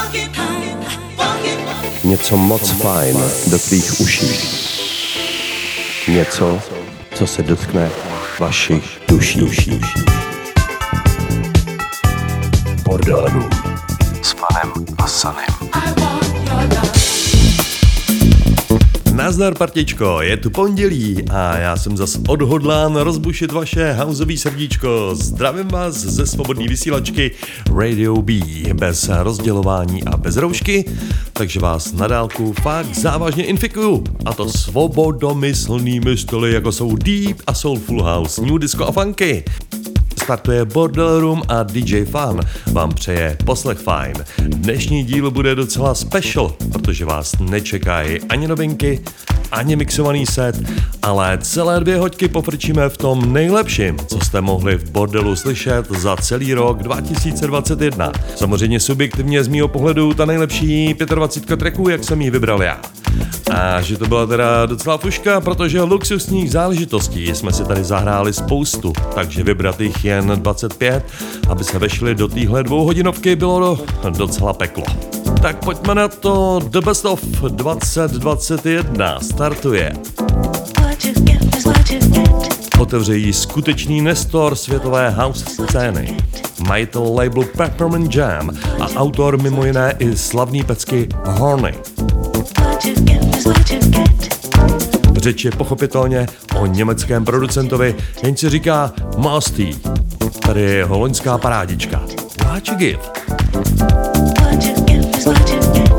Něco moc fajn do tvých uší. Něco, co se dotkne vašich duší. Bordel Room s Fanem a Sanem. Nazdar partičko, je tu pondělí a já jsem zas odhodlán rozbušit vaše houseový srdíčko. Zdravím vás ze svobodné vysílačky Radio B, bez rozdělování a bez roušky, takže vás na dálku fakt závažně infikuju. A to svobodomyslnými styly, jako jsou Deep a Soulful House, New Disco a Funky. Startuje Bordel Room a DJ Fan vám přeje poslech fajn. Dnešní díl bude docela special, protože vás nečekají ani novinky, ani mixovaný set, ale celé 2 hoďky pofrčíme v tom nejlepším, co jste mohli v bordelu slyšet za celý rok 2021. Samozřejmě subjektivně z mýho pohledu ta nejlepší 25 tracků, jak jsem ji vybral já. A že to byla teda docela fuška, protože luxusních záležitostí jsme si tady zahráli spoustu, takže vybrat jich jen 25, aby se vešli do téhle 2hodinovky, bylo docela peklo. Tak pojďme na to, The Best of 2021 startuje. Otevře jí skutečný nestor světové house scény, majitel labelu Peppermint Jam a autor mimo jiné i slavný pecky Horny. Řeč je pochopitelně o německém producentovi, jenž se říká Masti. Tady je jeho loňská parádička What You Give. What you give is what you get.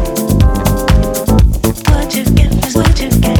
What you give is what you get.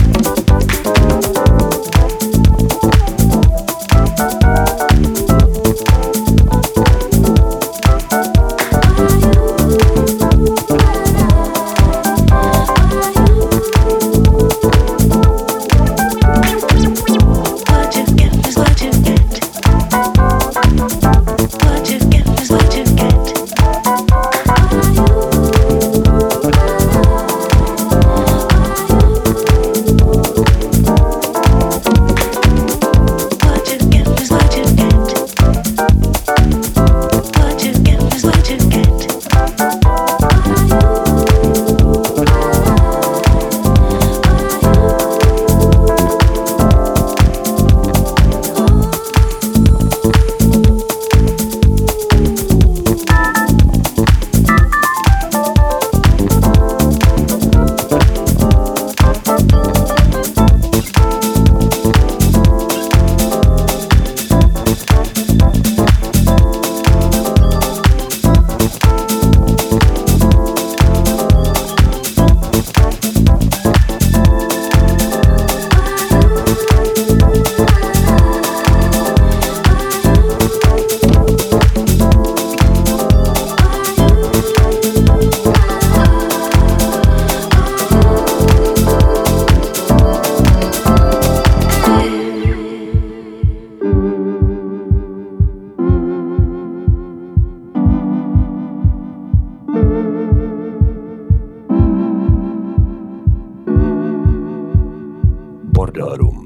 Bordel Room.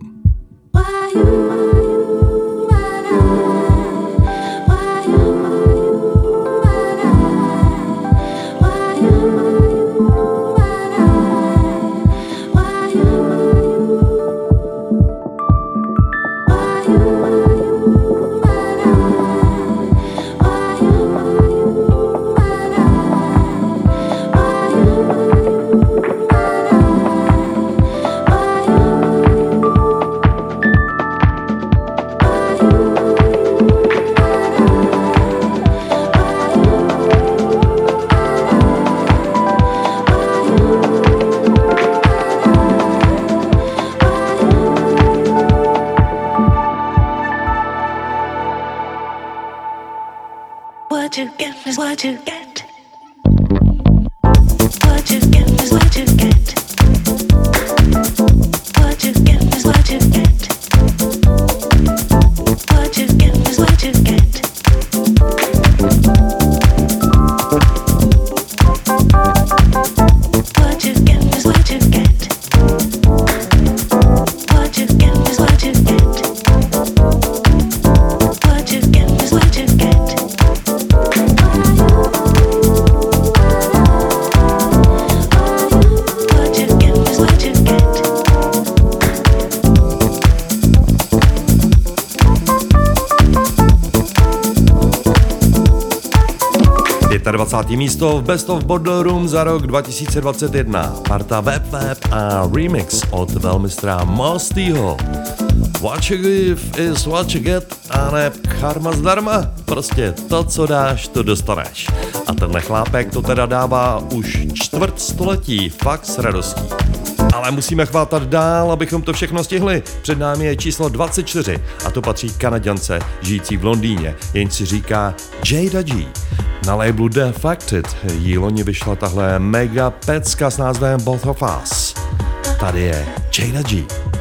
What you give is what you get. What you give is what you get. What you give is what you get. What you give is what you get. What you give is what you get. What you give is what you get. What you give is what you get. 25. místo v Best of Border Room za rok 2021. Parta Web a remix od velmistra Mostyho. What you give is what you get, a ne karma zdarma. Prostě to, co dáš, to dostaneš. A tenhle chlápek to teda dává už čtvrt století, fakt s radostí. Ale musíme chvátat dál, abychom to všechno stihli. Před námi je číslo 24 a to patří Kanaďance žijící v Londýně, jenž si říká Jada G. Na labelu Defected jí loni vyšla tahle mega pecka s názvem Both of Us. Tady je Jada G.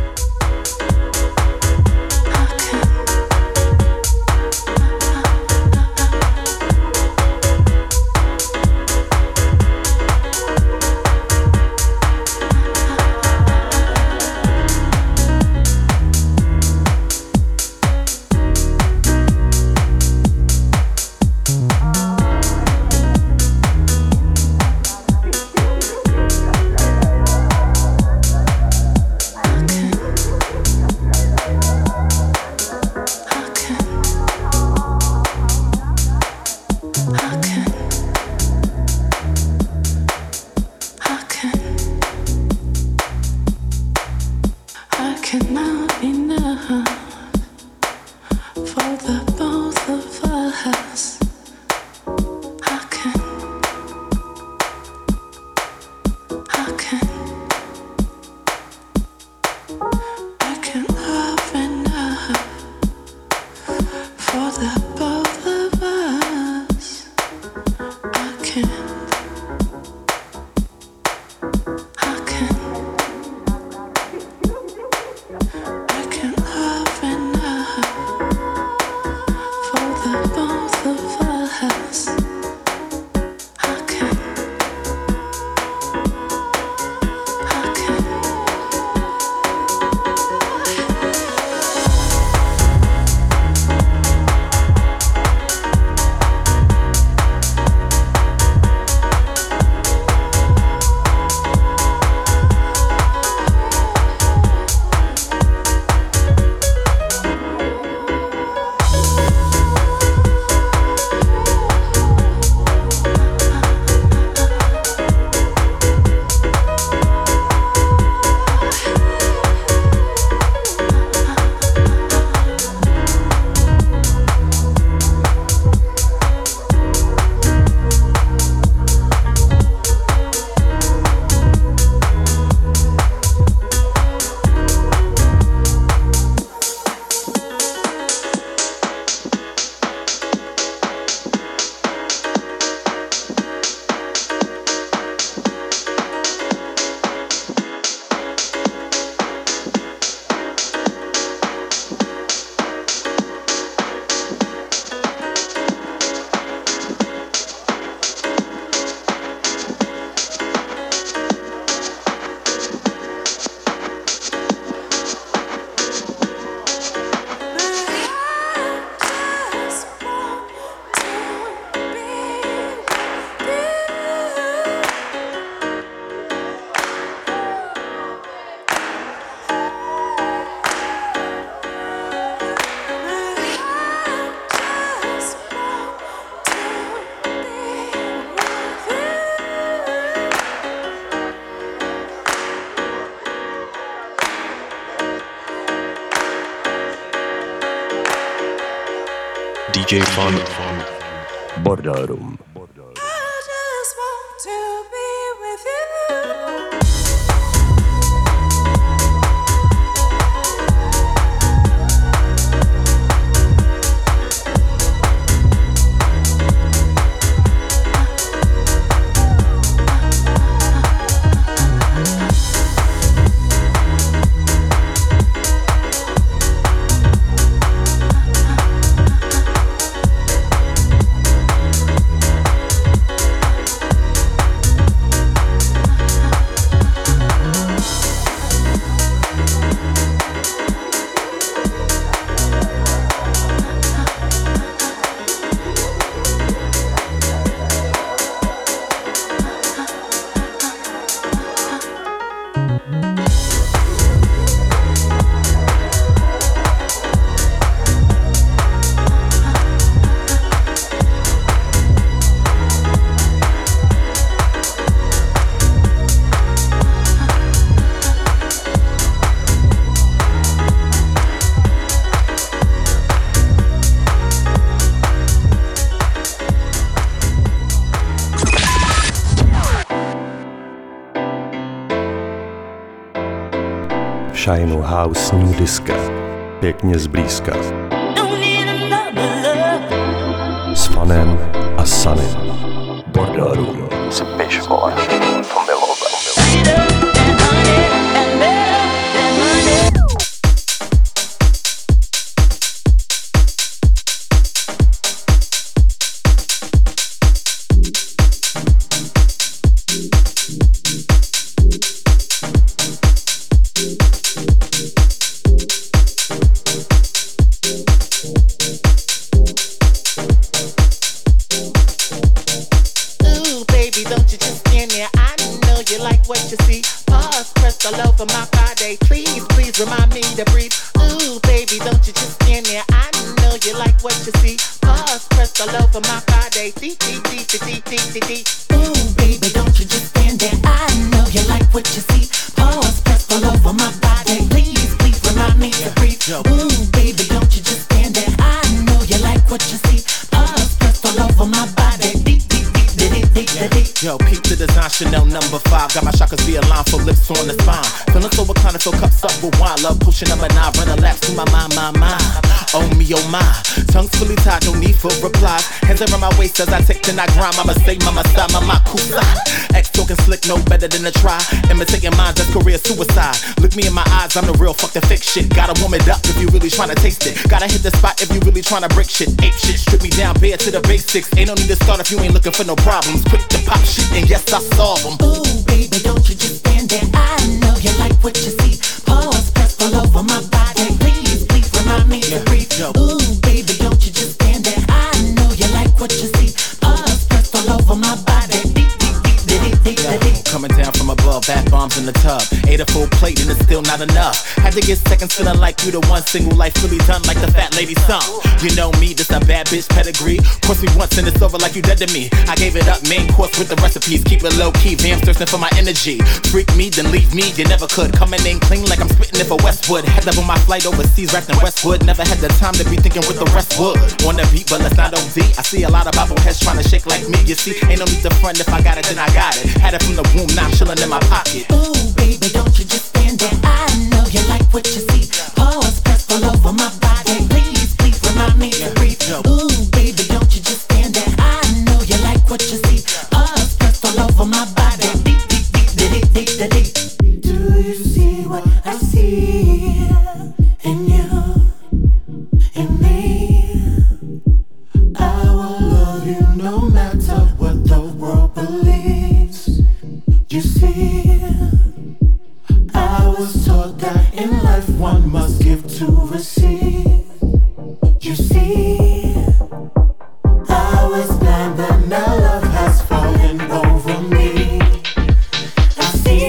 DJ Fun Border Room. Shineu House New Disca. Pěkně zblízka. S Fanem a Sunnym. Bordel Room s Piškolem Tomilovem. Remind me to breathe. Ooh, baby, don't you just stand there? I know you like what you see. Pause, press all over my body. Deep, deep, deep, deep, deep, deep, deep. Ooh, baby, don't you just stand there? I know you like what you see. Pause, press all over my body. Please, please remind me to breathe. Ooh, baby, don't you just stand there? I know you like what you see. Pause, press all over my body. Deep, deep, deep, deep, deep, deep, deep. Yo, peep the design, Chanel No. 5. Got my chakras be aligned for lips on the spine. Feeling so inclined to fill cups up with wine. Love pushing up and I run a laps to my mind. Oh me, oh my. Tongues fully tied, no need for replies. Hands around my waist as I take then I grind. Mama say, mama style, mama kusa. Ex talking slick, no better than a try. Imitating minds, that's career suicide. Look me in my eyes, I'm the real, fuck the fake shit. Gotta warm it up if you really tryna taste it. Gotta hit the spot if you really tryna break shit. Ape shit, strip me down, bare to the basics. Ain't no need to start if you ain't looking for no problems. Quick to pop shit, and yes, I solve them. Ooh, baby, don't you just stand there? I know you like what you see. Pause, press all over my body. Please, please remind me to breathe. Ooh, baby, don't you just stand there? I know you like what you see. Pause, press all over my body. Deep, deep, deep, deep, deep, deep, deep. Coming down from above, bath bombs in the tub. Ate a full plate and it's still not enough. Had to get seconds feeling like you the one single life fully done like the fat lady song. You know me, this a bad bitch pedigree. Cross me once and it's over like you dead to me. I gave it up, main course with the recipes. Keep it low key, vamps thirsting for my energy. Freak me, then leave me, you never could. Coming in clean like I'm spitting it for Westwood. Head up on my flight overseas, wrapped in Westwood. Never had the time to be thinking with the rest would. On the beat, but let's not OD. I see a lot of bobbleheads trying to shake like me. You see, ain't no need to front. If I got it, then I got it. Had it from the womb, now I'm chilling in my pocket. Ooh, baby, don't you just stand there? I know you like what you see. Pause, press all over my body. Please, please remind me to breathe. Ooh, baby, don't you just stand there? I know you like what you see. Pause, press all over my body. Deep, deep, deep, deep, deep, deep, deep. Do you see what I see in you, in me? I will love you no matter what the world believes. You see, I was taught that in life one must give to receive. You see, I was blind but now love has fallen over me. I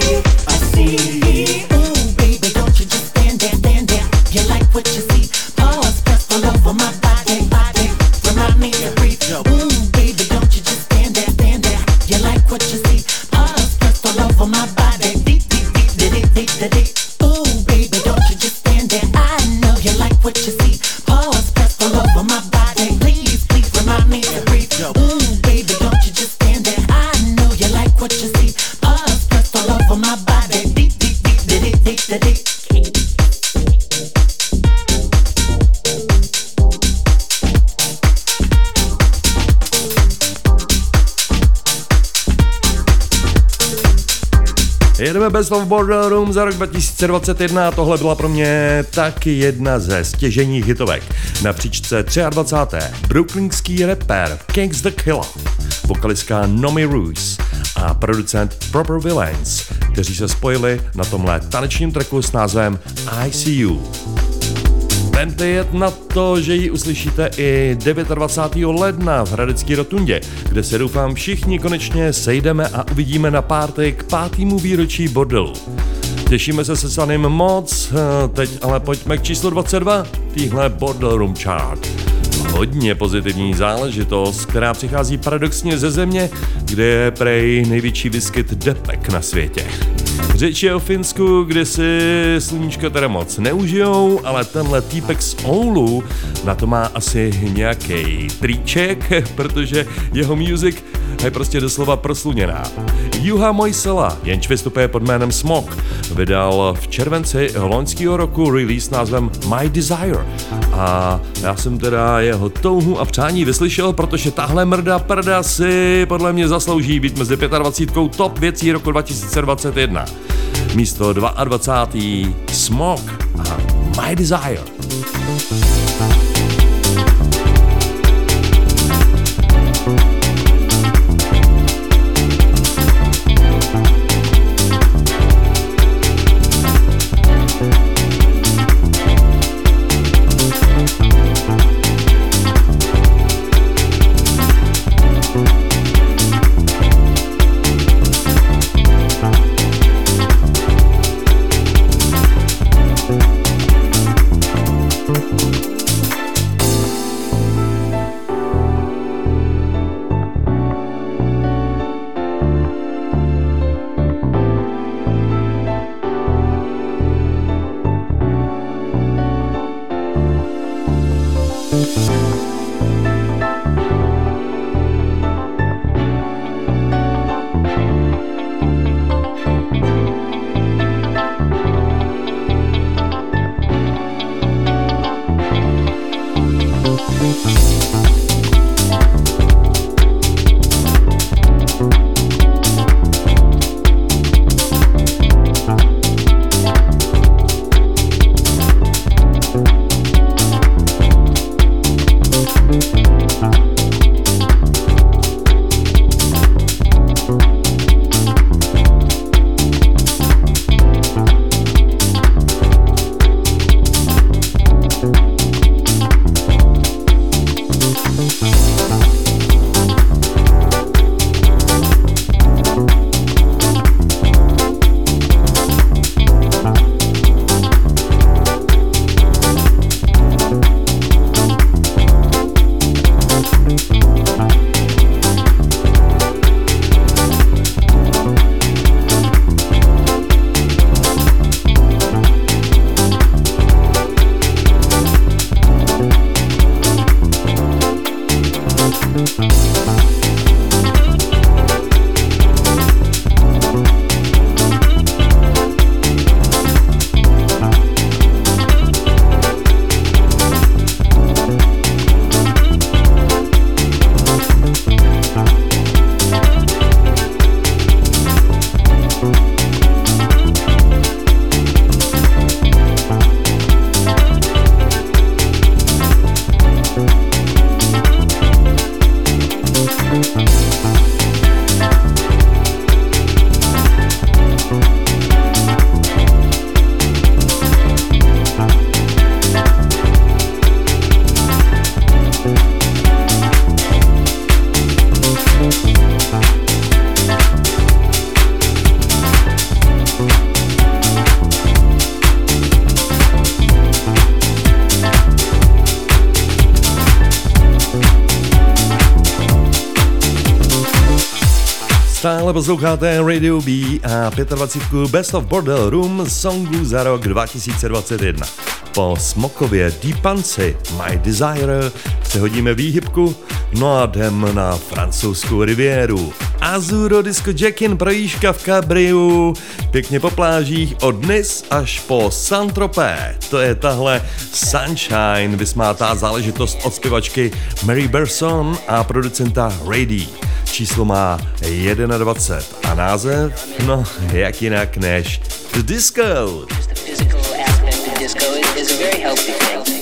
see. Ooh, baby, don't you just stand there, stand there. You like what you see. Pause, press all over my body, body. Remind me to breathe. Ooh, baby, don't you just stand there, stand there. You like what you see. Pause, press all over my body. Deep, deep, deep, deep, deep, deep, deep. Ooh, baby, don't you just stand there. I know you like what you see. Pause, press all over my body. Please, please remind me to breathe. Ooh, baby, don't you just stand there. I know you like what you see. Pause, press all over my body. Deep, deep, deep, deep, deep, deep, deep. Jedeme Best of Bordel Room za rok 2021 a tohle byla pro mě taky jedna ze stěžejních hitovek. Na příčce 23. brooklynský rapper Kings the Killer, vokalistka Nomi Royce a producent Proper Villains, kteří se spojili na tomhle tanečním tracku s názvem I See You. Vemte jet na to, že ji uslyšíte i 29. ledna v Hradecké rotundě, kde se doufám všichni konečně sejdeme a uvidíme na párty k 5. výročí bordelu. Těšíme se Sunnym moc, teď ale pojďme k číslu 22, týhle Bordel Room Chart. Hodně pozitivní záležitost, která přichází paradoxně ze země, kde je prej největší výskyt depek na světě. Řeč je o Finsku, kde si sluníčka teda moc neužijou, ale tenhle týpek z Oulu na to má asi nějaký triček, protože jeho music je prostě doslova prosluněná. Juha Mojsela, jenž vystupuje pod jménem Smok, vydal v červenci loňského roku release s názvem My Desire. A já jsem teda jeho touhu a přání vyslyšel, protože tahle mrda prda si podle mě zaslouží být mezi 25 top věcí roku 2021. Místo 22. Smok a My Desire. Stále posloucháte Radio B a 25 Best of Bordel Room songů za rok 2021. Po Smokově Deepanci My Desire se hodíme výhybku, no a jdem na francouzskou riviéru. Azuro Disco Jackin projížďka v kabriu, pěkně po plážích od Nice až po Saint-Tropez. To je tahle Sunshine, vysmátá záležitost od zpěvačky Mary Berson a producenta Ray D. Číslo má 21 a název, no jak jinak než The Disco. The physical aspect of disco is a very healthy thing.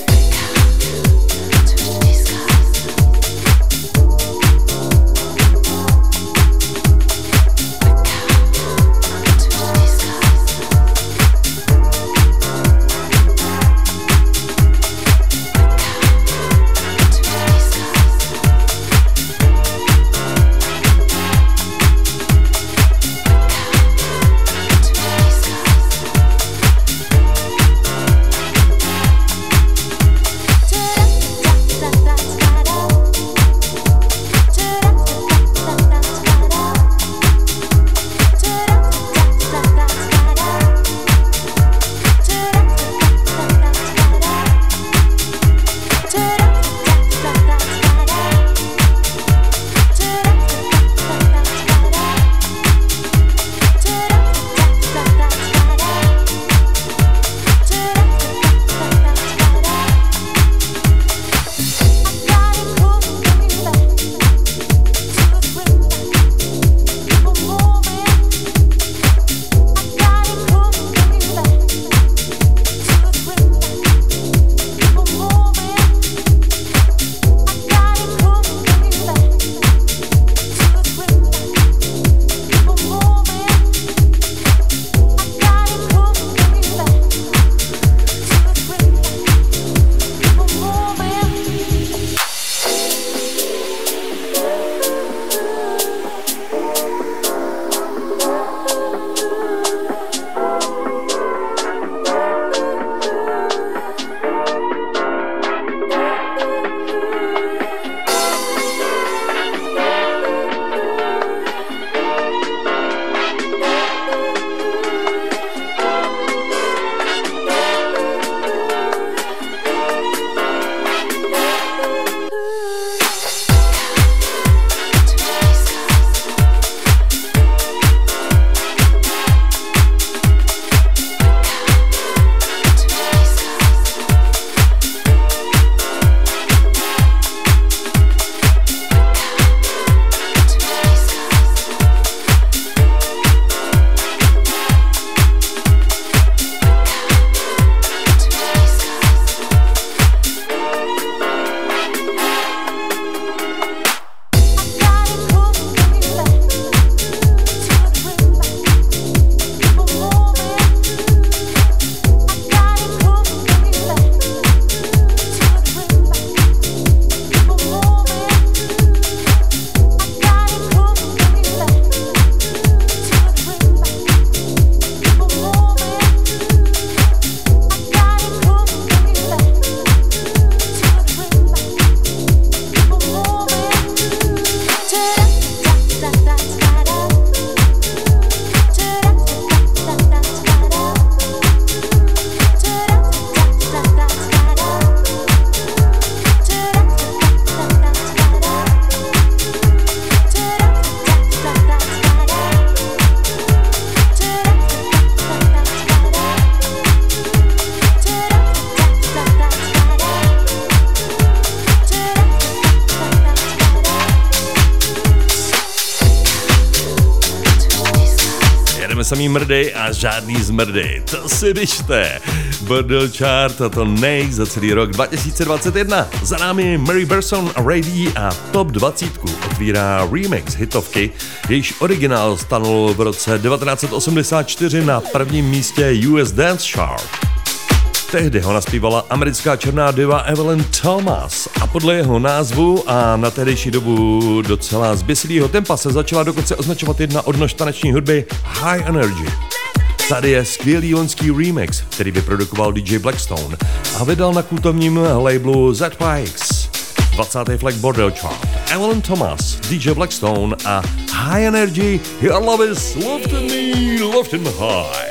jedeme samý mrdy a žádný zmrdy. To si dyšte. Bordel Chart a to za celý rok 2021. Za námi Mary Berson a Ray D a Top 20 otvírá remix hitovky, jejíž originál stanul v roce 1984 na prvním místě US Dance Chart. Tehdy ho naspívala americká černá diva Evelyn Thomas a podle jeho názvu a na tehdejší dobu docela zběsilýho tempa se začala dokonce označovat jedna odnož taneční hudby High Energy. Tady je skvělý loňský remix, který vyprodukoval DJ Blackstone a vydal na kultovním labelu ZYX. 20. flag Bordel Chart, Evelyn Thomas, DJ Blackstone a High Energy, Your Love Is Lifting Me, Lifting High.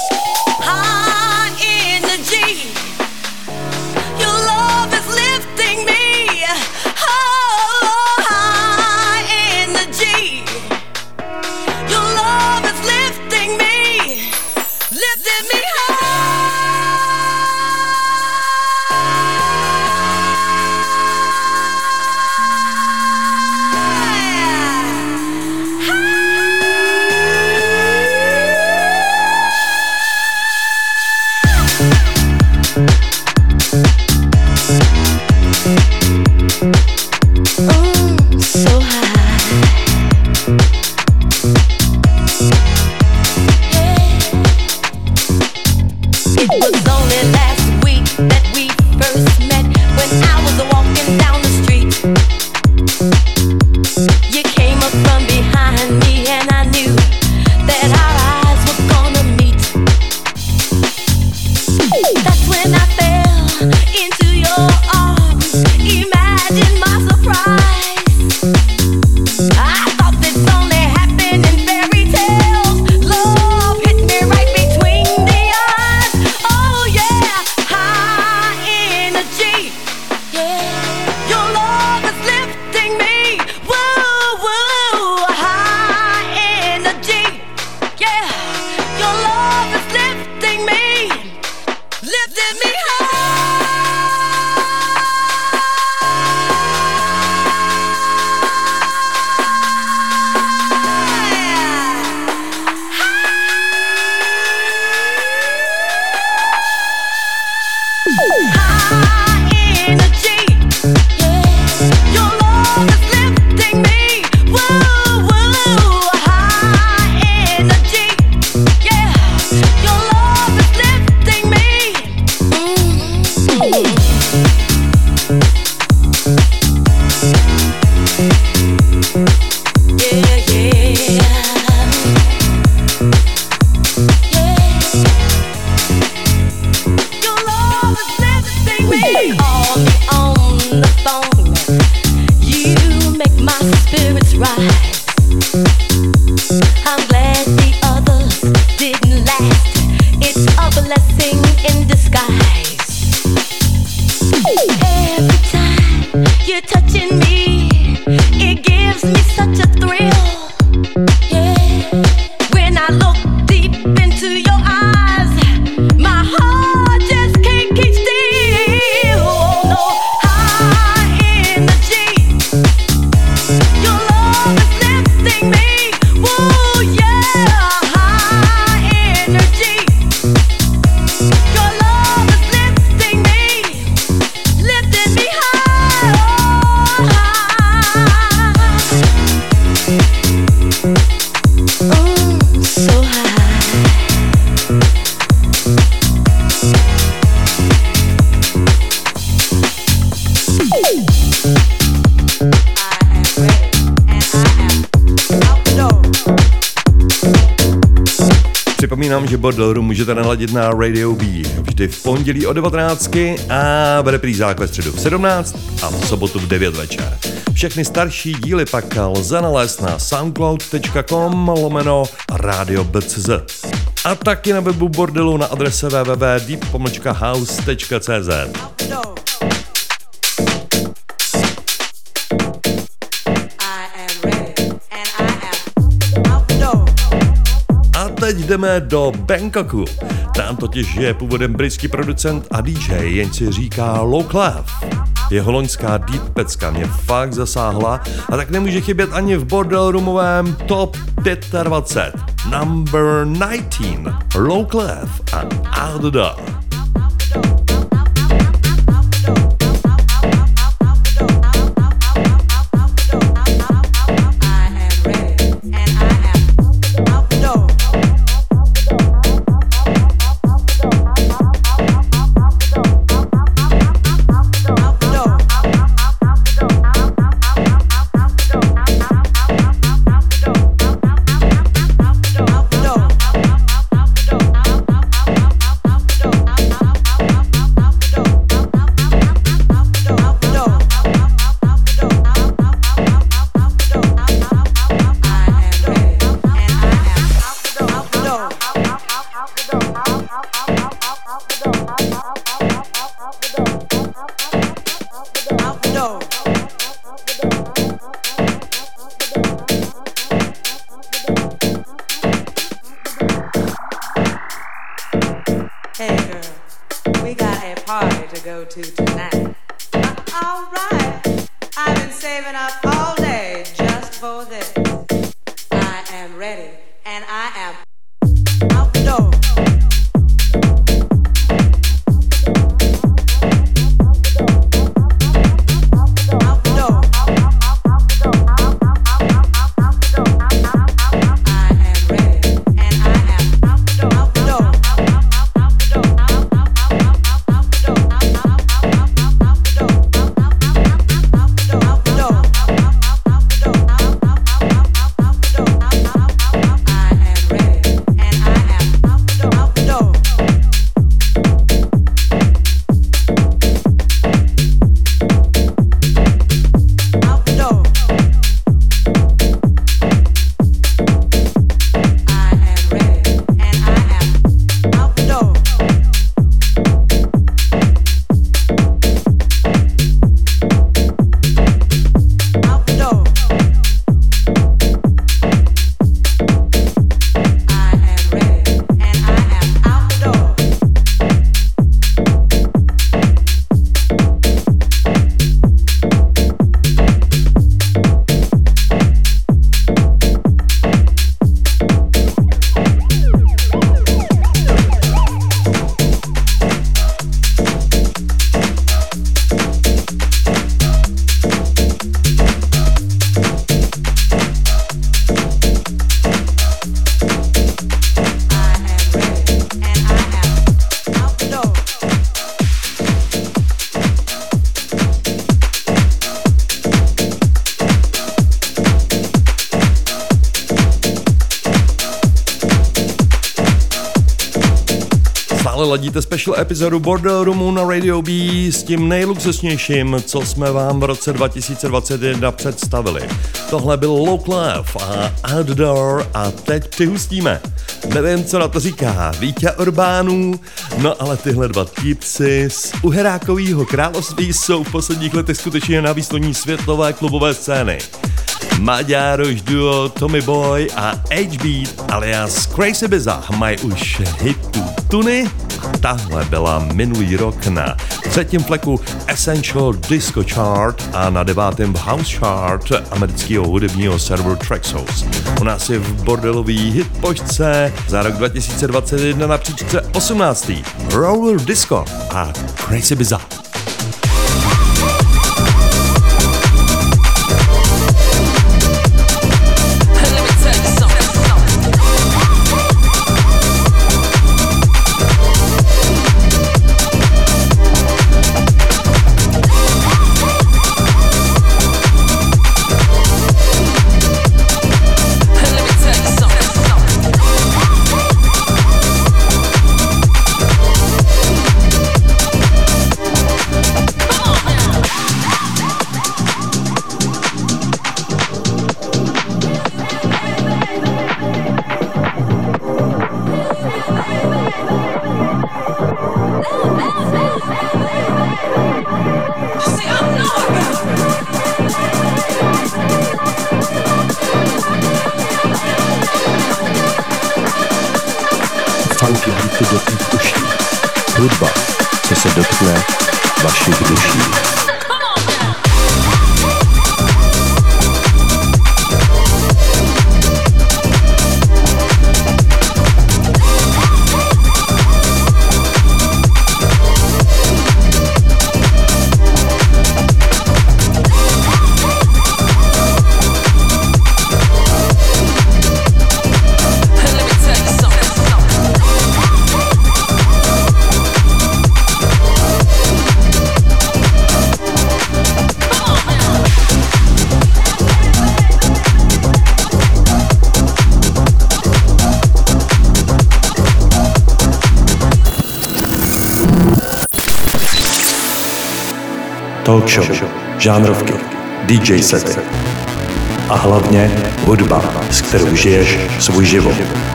Your love is lifting me. Oh, high energy. Your love is lifting me, lifting me Připomínám, že Bordel Room můžete nahladit na Radio B vždy v pondělí o 19 a v reprízách ve středu v 17 a v sobotu v 9 večer. Všechny starší díly pak lze nalézt na soundcloud.com/radio.bcz a taky na webu Bordelu na adrese www.deep-house.cz. Teď jdeme do Bangkoku. Tam totiž je původem britský producent a DJ, jen si říká Low Clef. Jeho loňská deep pecka mě fakt zasáhla a tak nemůže chybět ani v Bordel Roomovém Top 25. Number 19, Low Clef a Out the Door. Ladíte special epizodu Bordel Roomu na Radio B s tím nejluxusnějším, co jsme vám v roce 2021 představili. Tohle byl Low Clef a Outdoor a teď přihustíme. Nevím, co na to říká Vítě Orbánů, no ale tyhle dva týpci z Uherákovýho království jsou v posledních letech skutečně na výsloní světové klubové scény. Maďároš duo Tommy Boy a HB alias Crazy Bizza mají už hitu tuny. Tahle byla minulý rok na 3. fleku Essential Disco Chart a na 9. House Chart amerického hudebního serveru Traxsource. U nás je v bordelový hitpočtce za rok 2021 na příčce 18. Roller Disco a Crazy Bizza. Funky hity do tvých uší. Hudba, co se dotkne vašich duší. talk show, žánrovky, DJ sety a hlavně hudba, s kterou žiješ svůj život.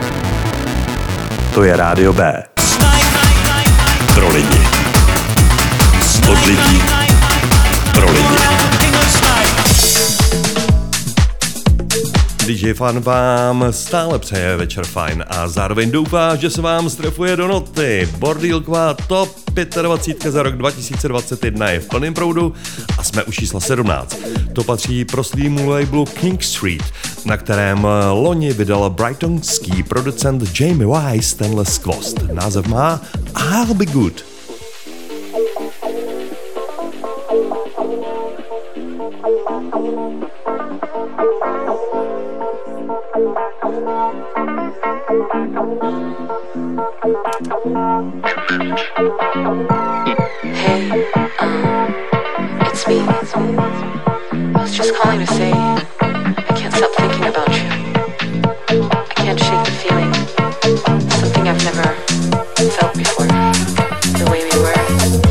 To je Rádio B. Pro lidi. Od lidí. Pro lidi. DJ Fan vám stále přeje večer fajn a zároveň doufá, že se vám strefuje do noty. Bordílková top 25 za rok 2021 je v plném proudu a jsme u čísla 17. To patří proslýmu labelu King Street, na kterém loni vydal brightonský producent Jamie Wise tenhle skvost. Název má I'll Be Good. Hey, it's me. I was just calling to say I can't stop thinking about you. I can't shake the feeling. Something I've never felt before. The way we were.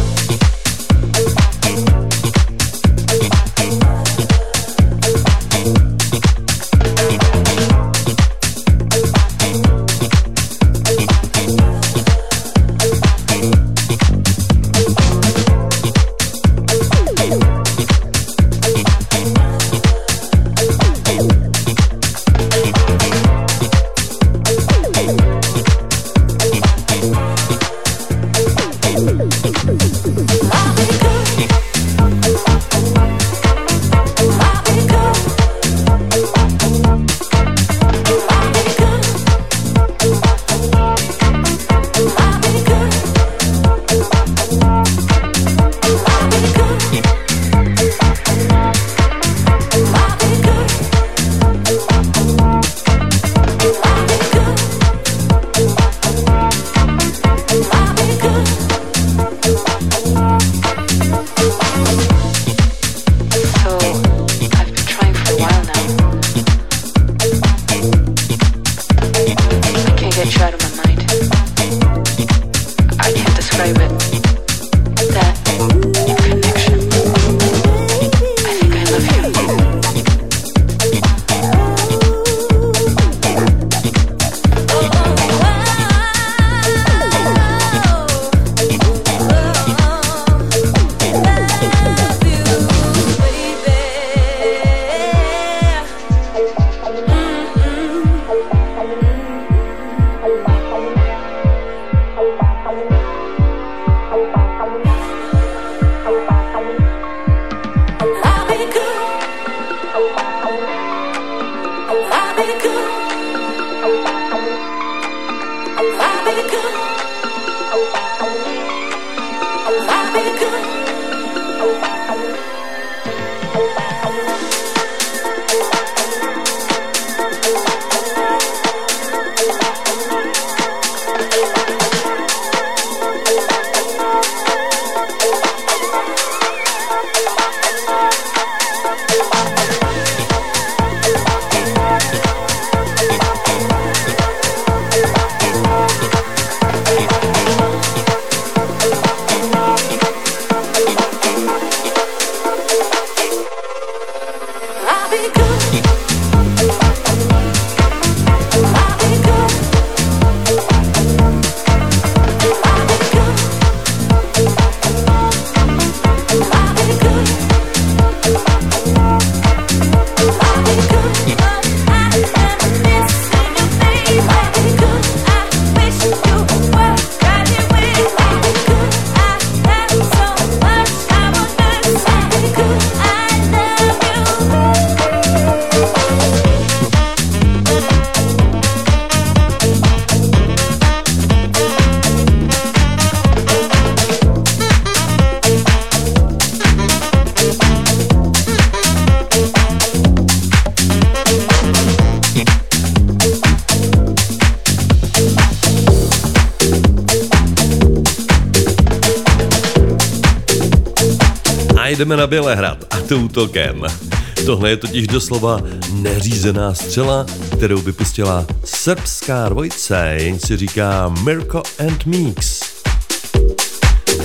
Jdeme na Bělehrad a to útokem. Tohle je totiž doslova neřízená střela, kterou vypustila srbská dvojice, jenž si říká Mirko and Meeks.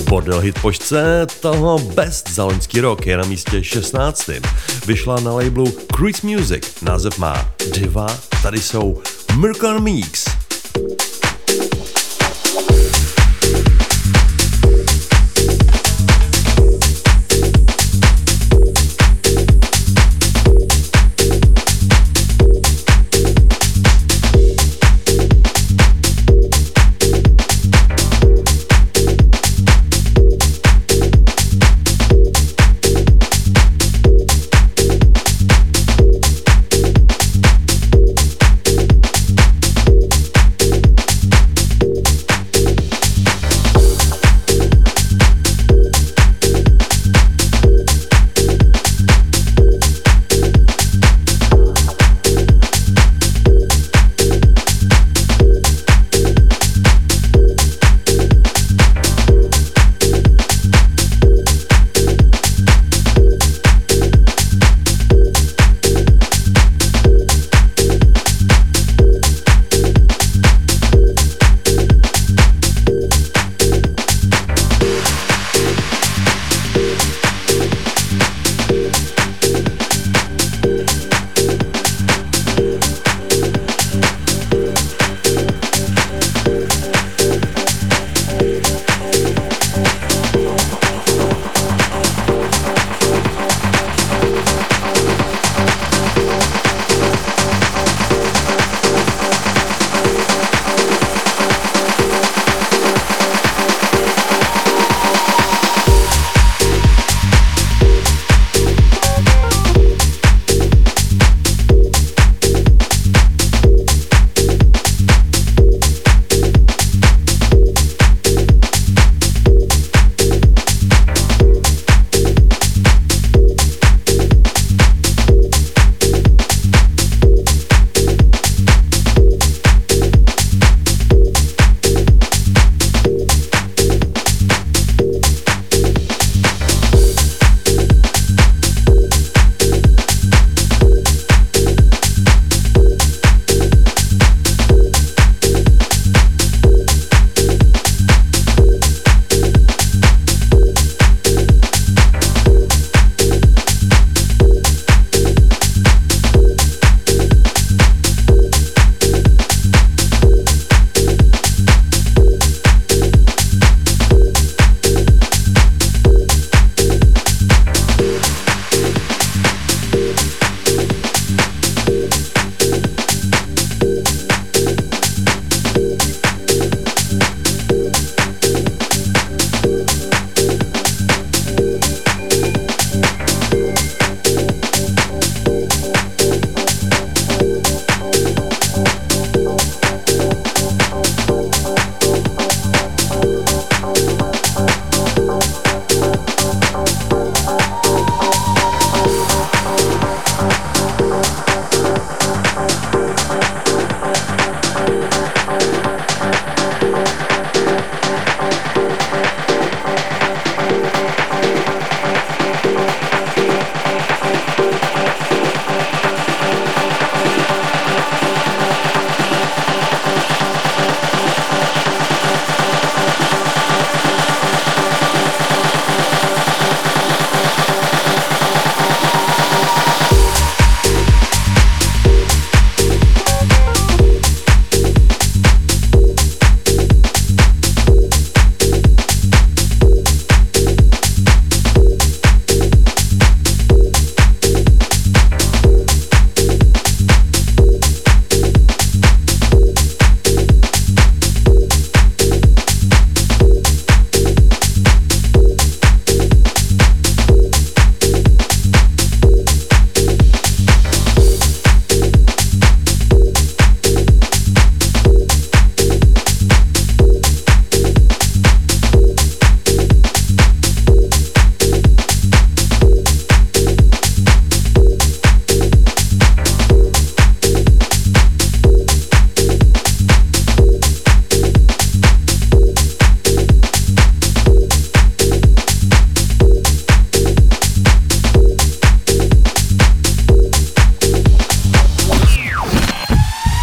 Bordel hitpočce toho Best za loňský rok je na místě 16. Vyšla na labelu Cruise Music, název má Diva, tady jsou Murkan Meeks.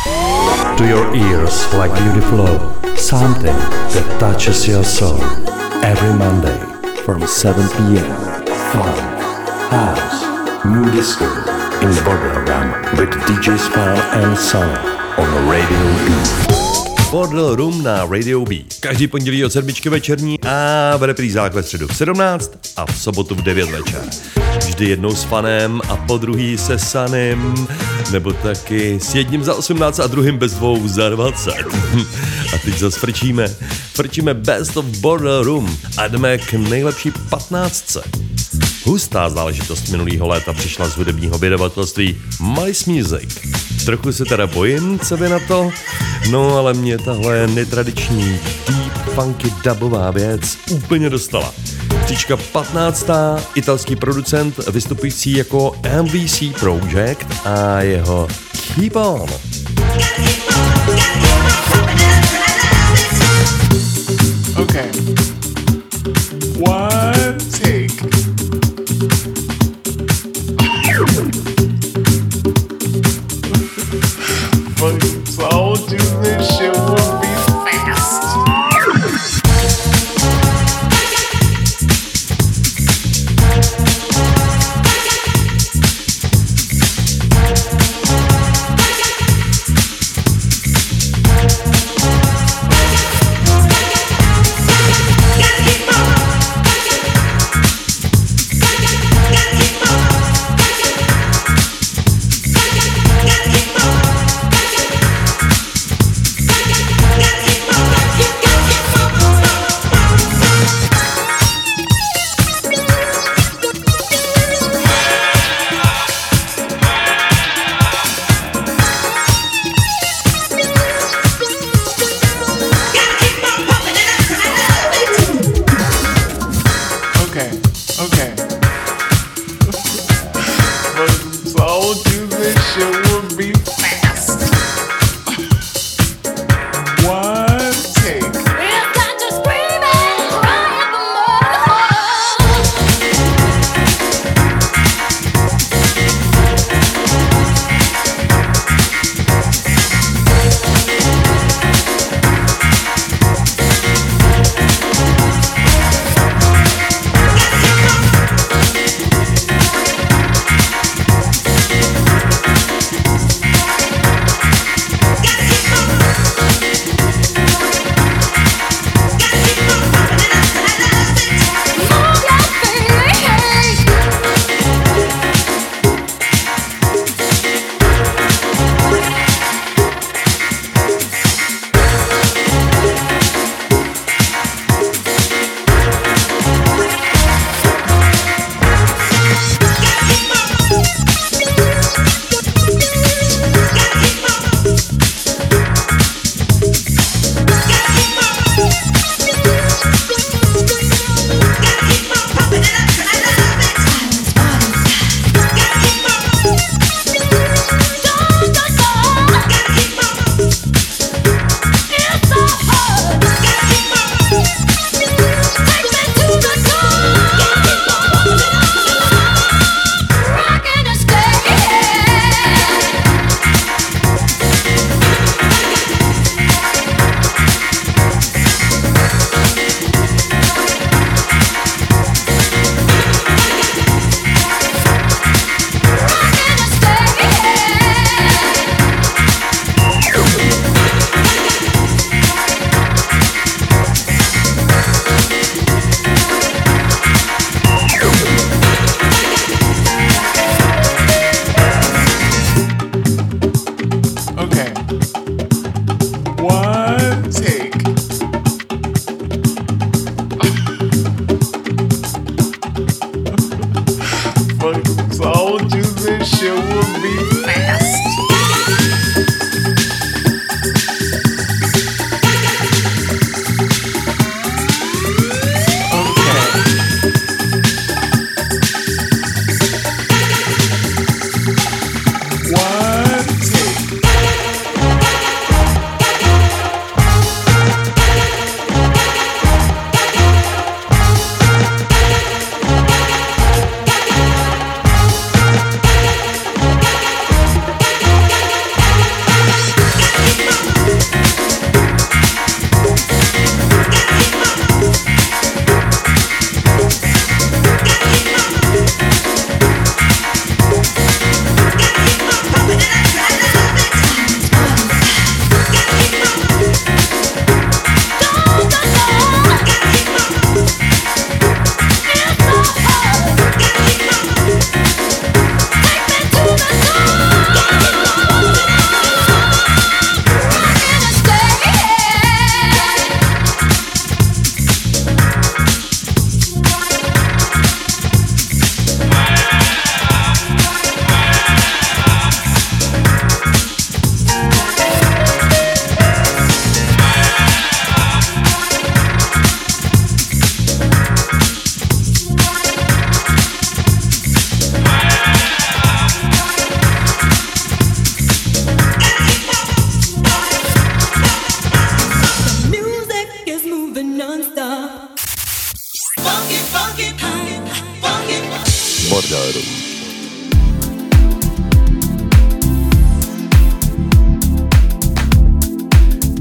to your ears like beauty flow, something that touches your soul. Every Monday from 7 p.m. Fun, house, new disco in Bordel Room with DJ Spal and Son on Radio B. Bordel Room na Radio B. Každý pondělí od 7 večerní a v reprízách ve středu v 17 a v sobotu v 9 večer. Vždy jednou s Fanem a po druhý se Sanem, nebo taky s jedním za 18 a druhým bez dvou za 20. A teď zase frčíme Best of Bordel Room a jdeme k nejlepší 15. Hustá záležitost minulýho léta přišla z hudebního vydavatelství Malice Music. Trochu se teda bojím, co by na to, no ale mě tahle netradiční deep funky dubová věc úplně dostala. Příčka 15. italský producent vystupující jako MVC Project a jeho Keep On. Okay. One take. But told you this shit would be fast.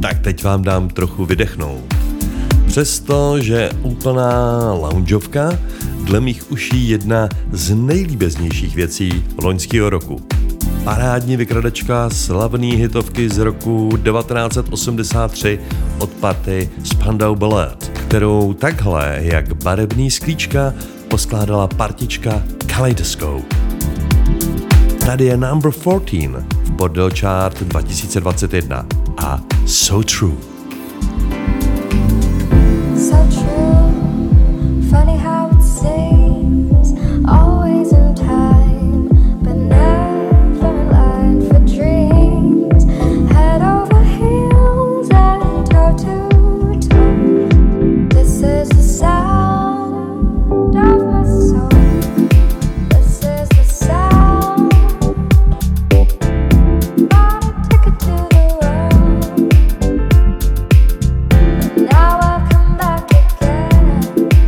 Tak teď vám dám trochu vydechnout. Přestože úplná loungeovka, dle mých uší jedna z nejlíbeznějších věcí loňského roku. Parádní vykradačka slavný hitovky z roku 1983 od party Spandau Ballet, kterou takhle jak barevný sklíčka poskládala partička Kaleidoscope. Tady je number 14 v Bordel Chart 2021 a So True. So true, funny how it seems, always in time, but never in line for dreams, head over heels and toe to toe. This is the sound of my soul. This is the sound. Bought a ticket to the world. Now I've come back again.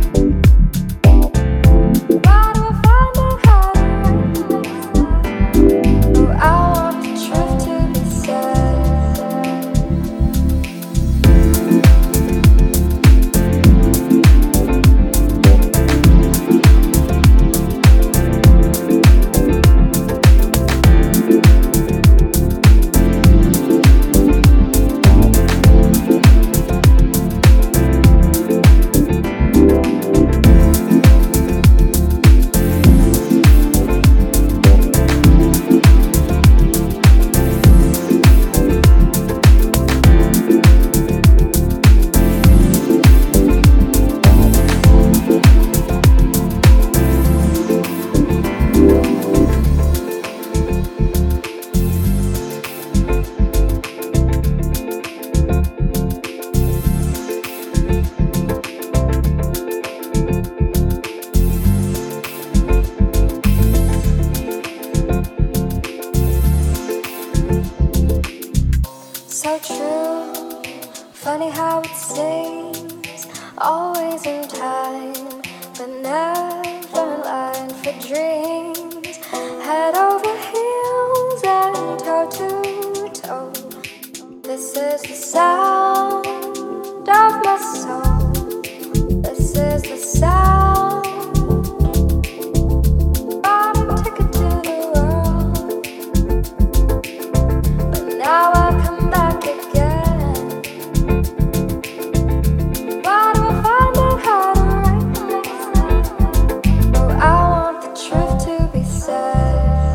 Why do I find it hard to recognize? Oh, I want the truth to be said. So true, funny how it seems, always in time, but never in line for dreams, head over heels and toe to toe. This is the sound of my soul. This is the sound. Bought a ticket to the world, but now I've come back again. Why do I find it hard to recognize? Oh, I want the truth to be said.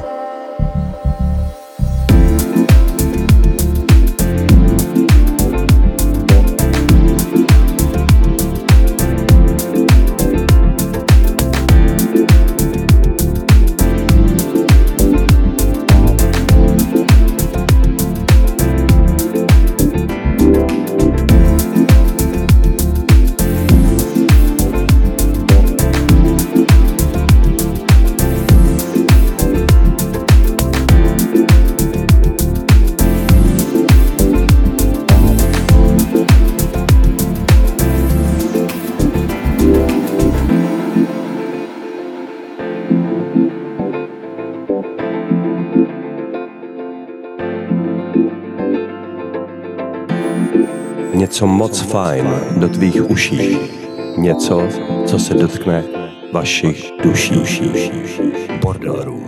Něco moc fajn do tvých uší. Něco, co se dotkne vašich duší. Bordel Room.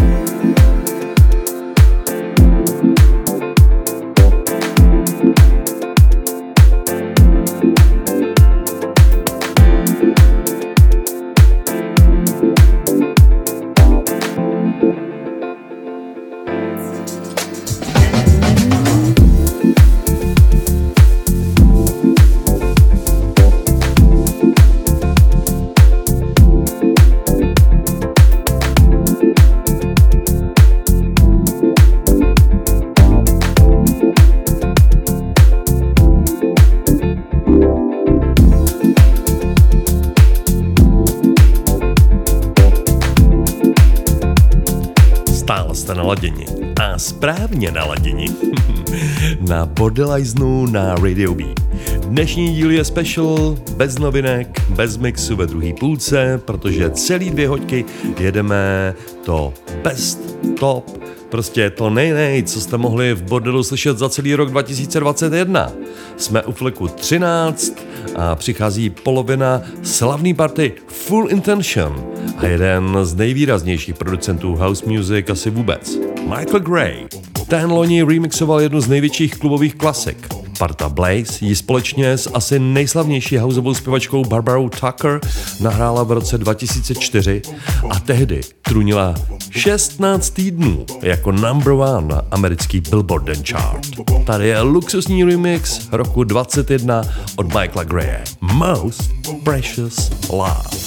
Jste naladěni a správně naladěni na Bordeliznu na Radio B. Dnešní díl je special, bez novinek, bez mixu ve druhé půlce, protože celý 2 hodiny jedeme to best top Prostě to nej, co jste mohli v bordelu slyšet za celý rok 2021. Jsme u fleku 13 a přichází polovina slavný party Full Intention a jeden z nejvýraznějších producentů house music asi vůbec, Michael Gray. Ten loni remixoval jednu z největších klubových klasik. Parta Blaze ji společně s asi nejslavnější houseovou zpěvačkou Barbarou Tucker nahrála v roce 2004 a tehdy trunila 16 týdnů jako number one na americký Billboard Den chart. Tady je luxusní remix roku 21 od Michaela Graye. Most Precious Love.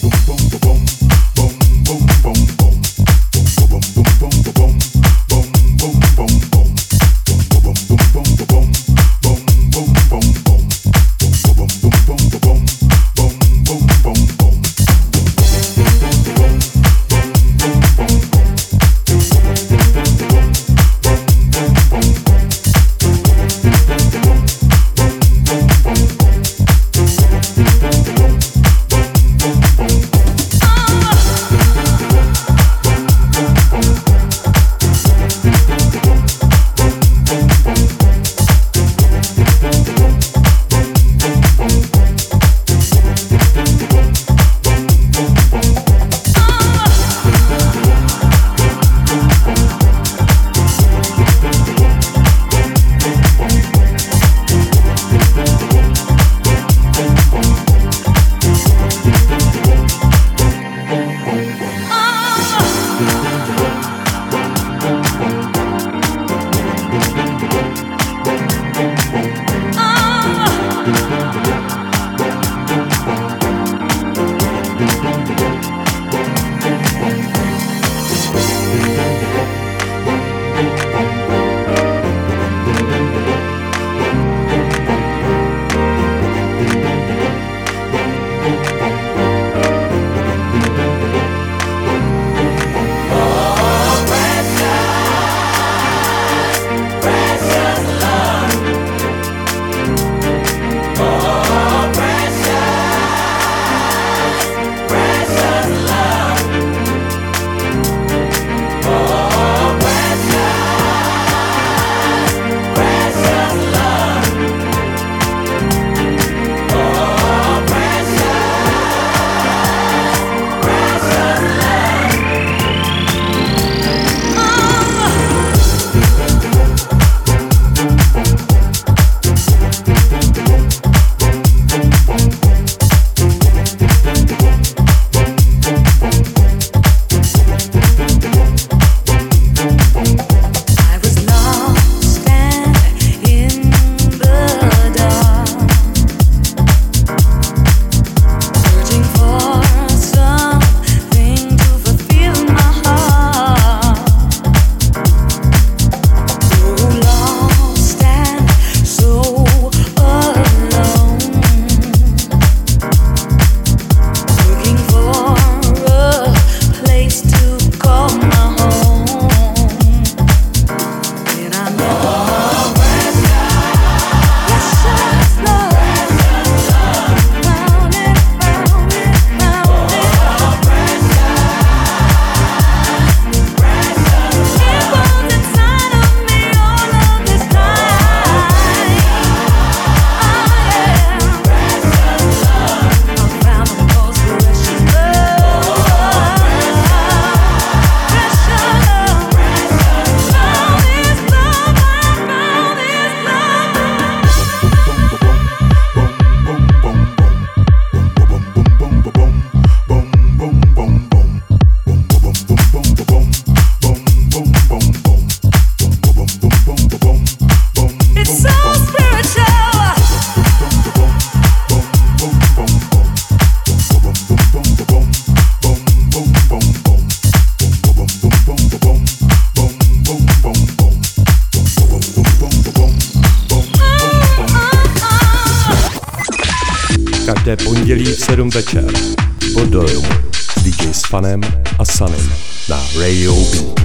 Každé pondělí v 7 večer pod Dojmu s DJ Spanem a Sunem na Radio B.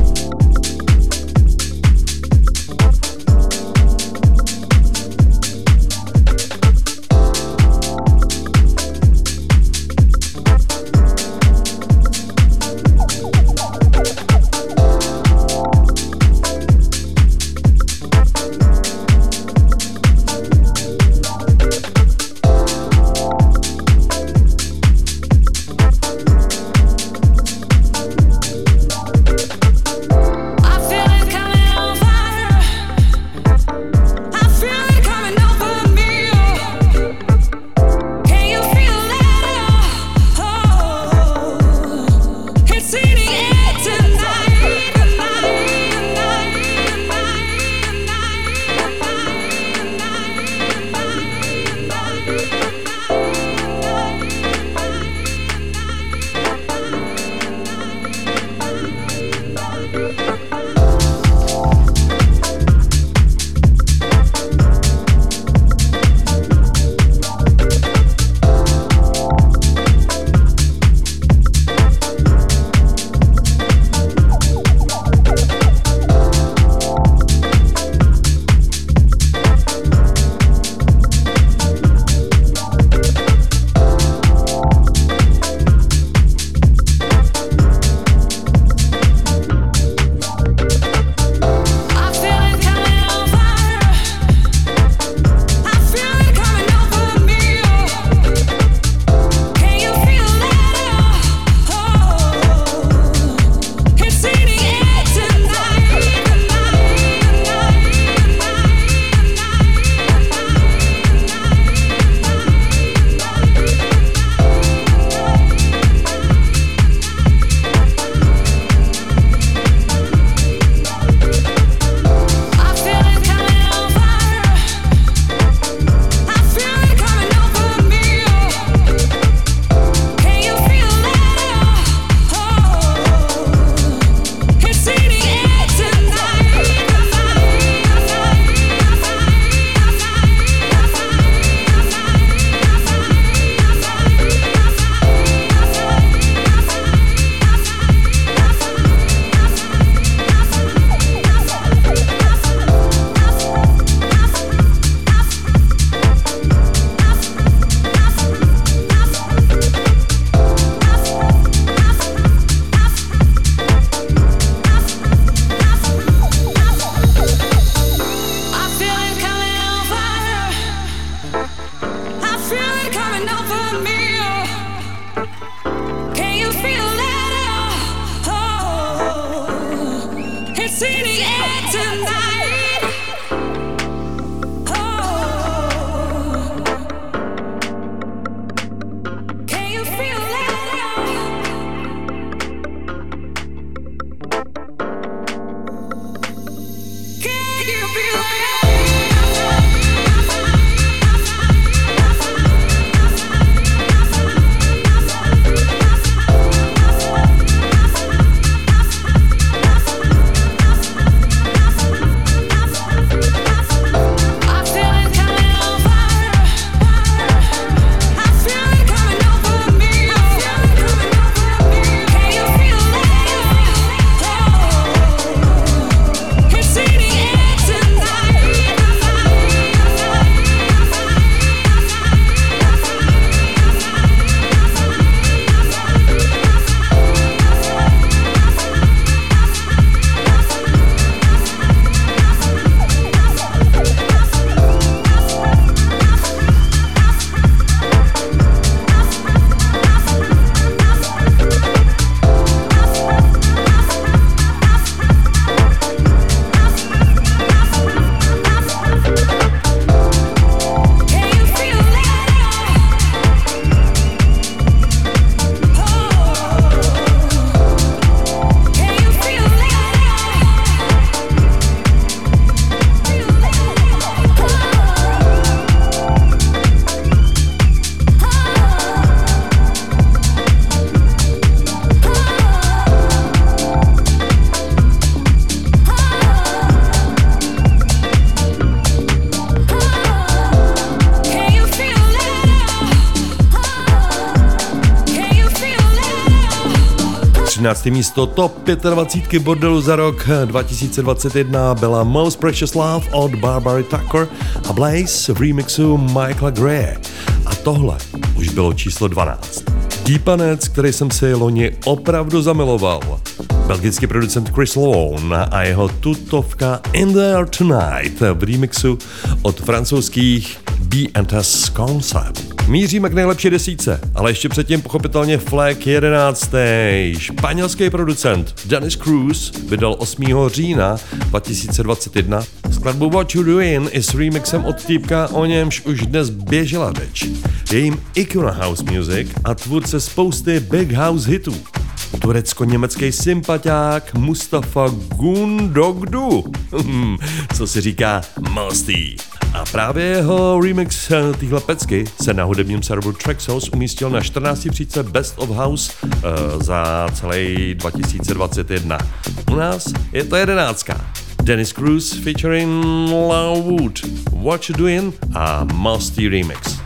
13. místo top 25 bordelu za rok 2021 byla Most Precious Love od Barbary Tucker a Blaze v remixu Michaela Graye. A tohle už bylo číslo 12. Dípanec, který jsem si loni opravdu zamiloval. Belgický producent Chris Lowe a jeho tutovka In There Tonight v remixu od francouzských B&S Concept. Míříme k nejlepší desítce, ale ještě předtím pochopitelně Flag 11. Španělský producent Dennis Cruz vydal 8. října 2021 skladbu What You Doing i s remixem od týpka, o němž už dnes běžela řeč. Je jim ikona house music a tvůrce spousty big house hitů. Turecko-německý sympatiák Mustafa Gundogdu, co si říká Mosty. A právě jeho remix téhle pecky se na hudebním serveru Traxhouse umístil na 14. příčce Best of House za celý 2021. U nás je to 11. Dennis Cruz featuring Love Wood, What You Doing a Mosty remix.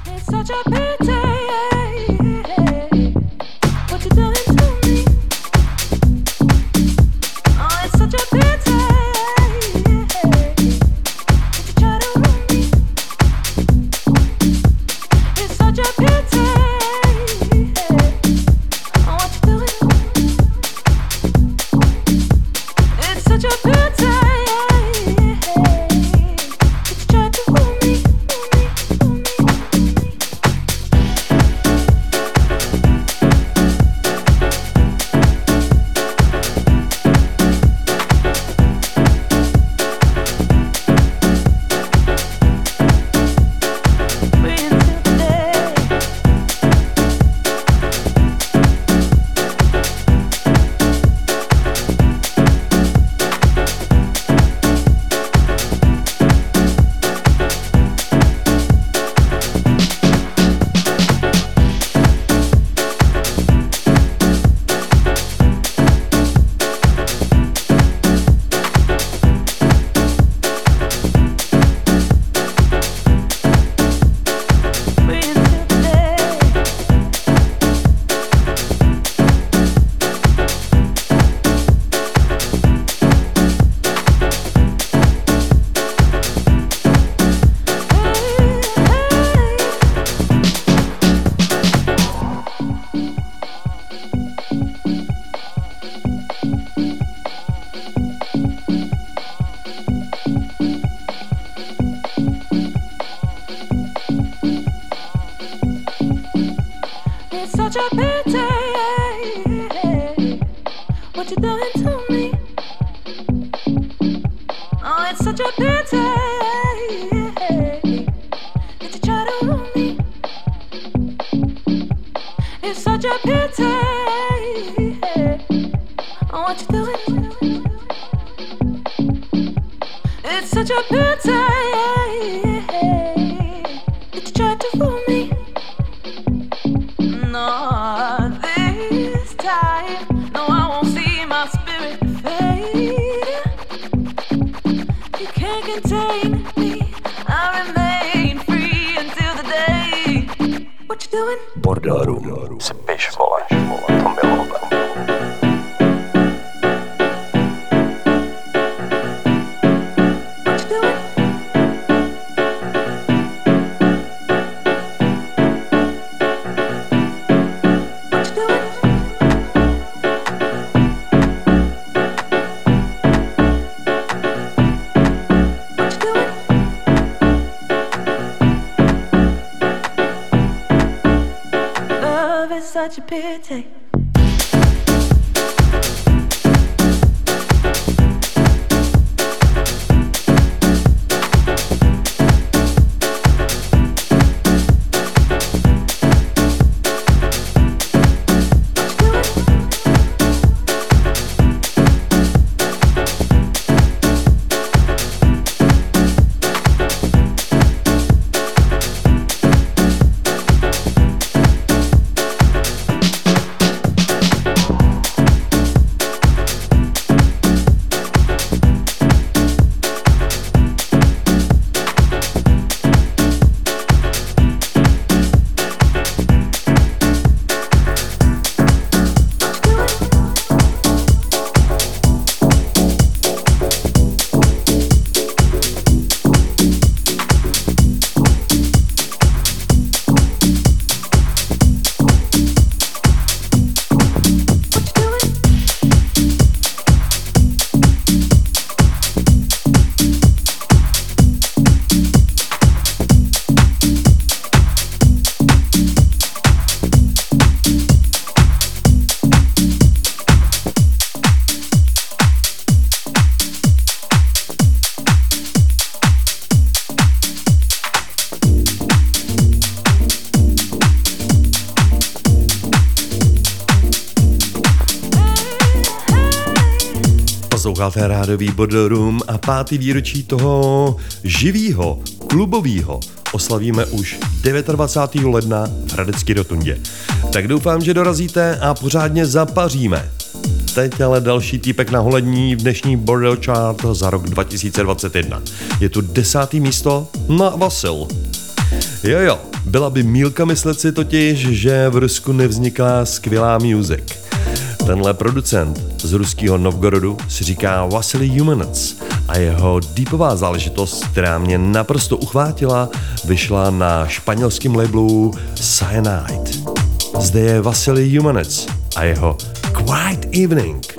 Borderu si piš, vole, to milovem. Such a pity. Posloucháte rádiový Border Room a 5. výročí toho živýho, klubovýho oslavíme už 29. ledna v Hradecké rotundě. Tak doufám, že dorazíte a pořádně zapaříme. Teď ale další týpek na holední v dnešní Border Chart za rok 2021. Je tu 10. místo na Vasil. Jo, byla by mýlka myslet si totiž, že v Rusku nevzniká skvělá music. Tenhle producent z ruského Novgorodu si říká Vasily Humanets a jeho deepová záležitost, která mě naprosto uchvátila, vyšla na španělském labelu Cyanide. Zde je Vasily Humanets a jeho Quiet Evening.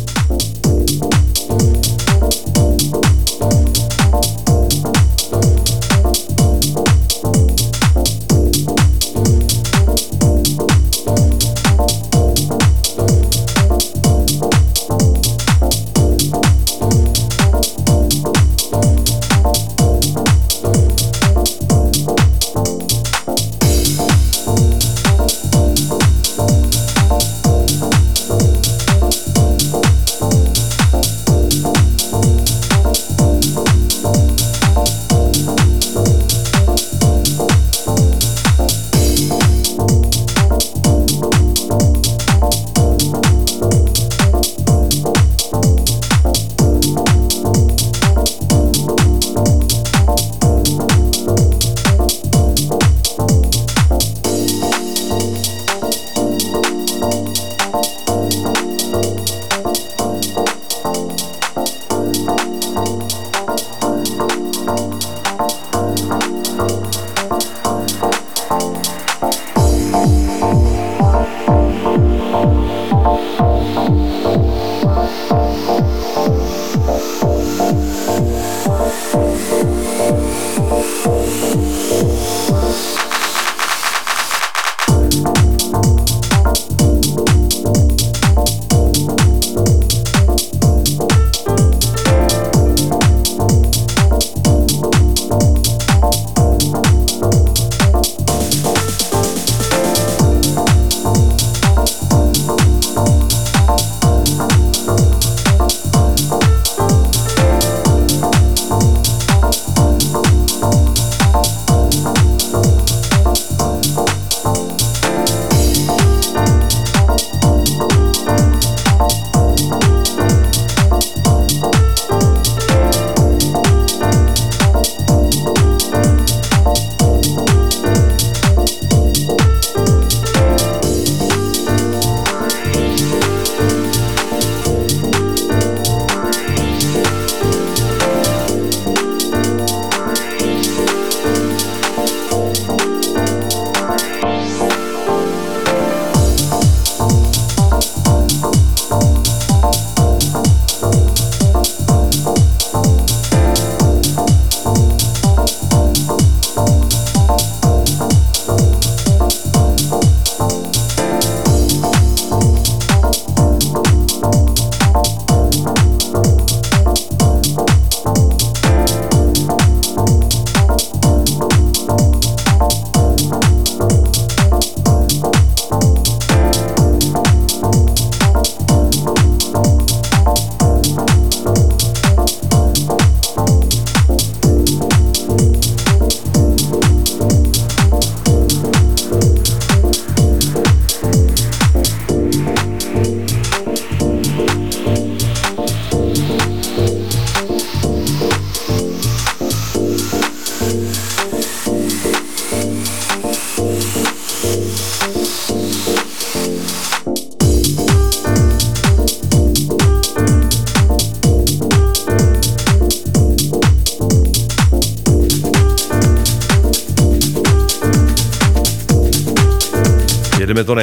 Jedeme to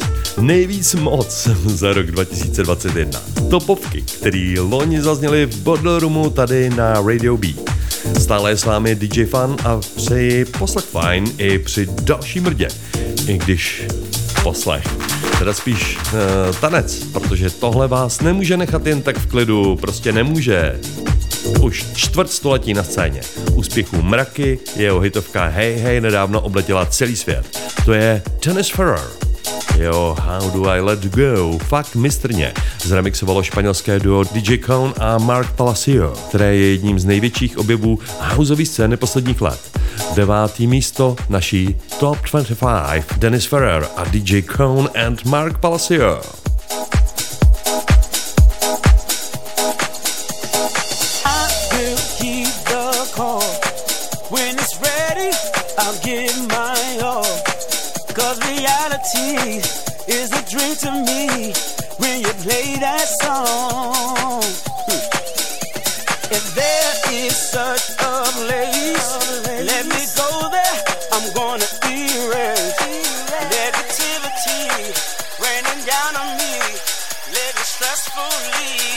nejvíc moc za rok 2021. Topovky, který loni zazněly v Border Roomu tady na Radio B. Stále je s vámi DJ Fan a přeji poslech fajn i při další mrdě. I když poslech, teda spíš tanec, protože tohle vás nemůže nechat jen tak v klidu, prostě nemůže. Už čtvrtstoletí na scéně. Úspěchů mraky, jeho hitovka Hey Hey nedávno obletěla celý svět. To je Dennis Ferrer Jo, How Do I Let Go, fakt mistrně, zremixovalo španělské duo DJ Cone a Mark Palacio, které je jedním z největších objevů houseové scény posledních let. 9. místo naší Top 25, Dennis Ferrer a DJ Cone and Mark Palacio. Is a drink to me when you play that song. If there is such a place, let me go there. I'm gonna erase negativity raining down on me, living stressfully.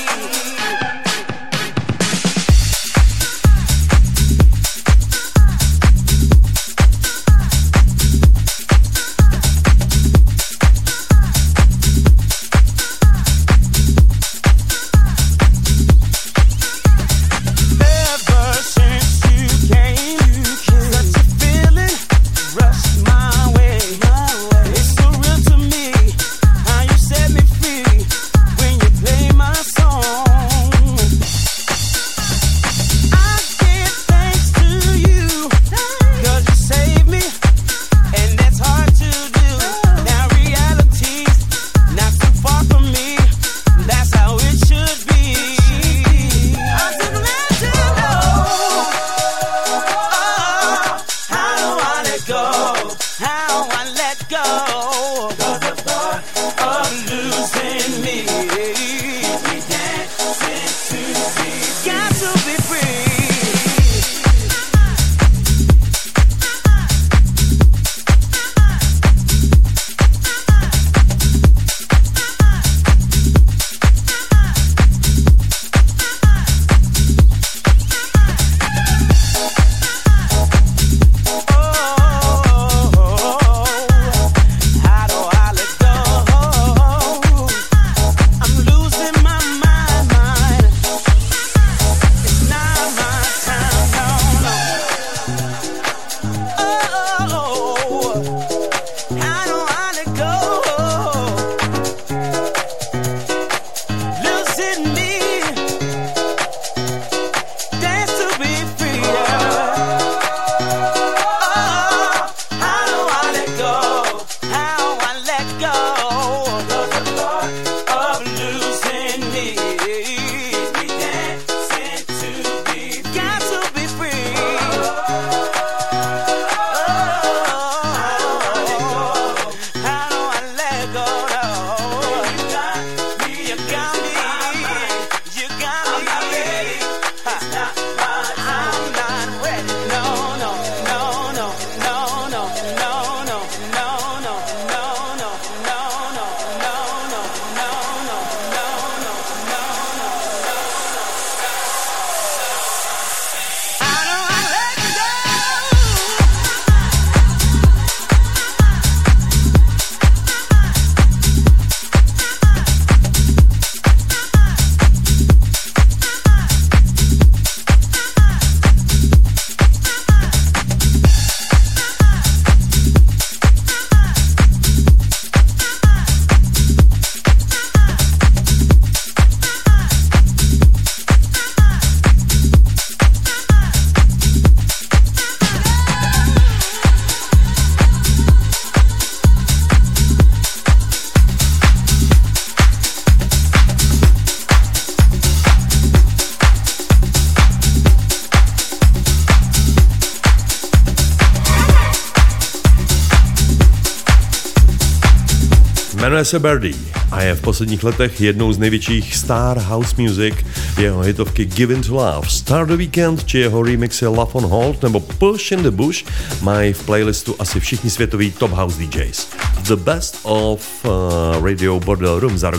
Jmenuje se Birdie a je v posledních letech jednou z největších star house music. Jeho hitovky Given to Love, Start the Weekend či jeho remixy Love on Hold nebo Push in the Bush mají v playlistu asi všichni světoví top house DJs. The Best of Radio Bordel Room za rok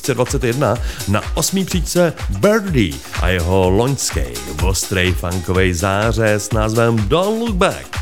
2021 na 8. příčce Birdie a jeho loňský ostrej funkovej záře s názvem Don't Look Back.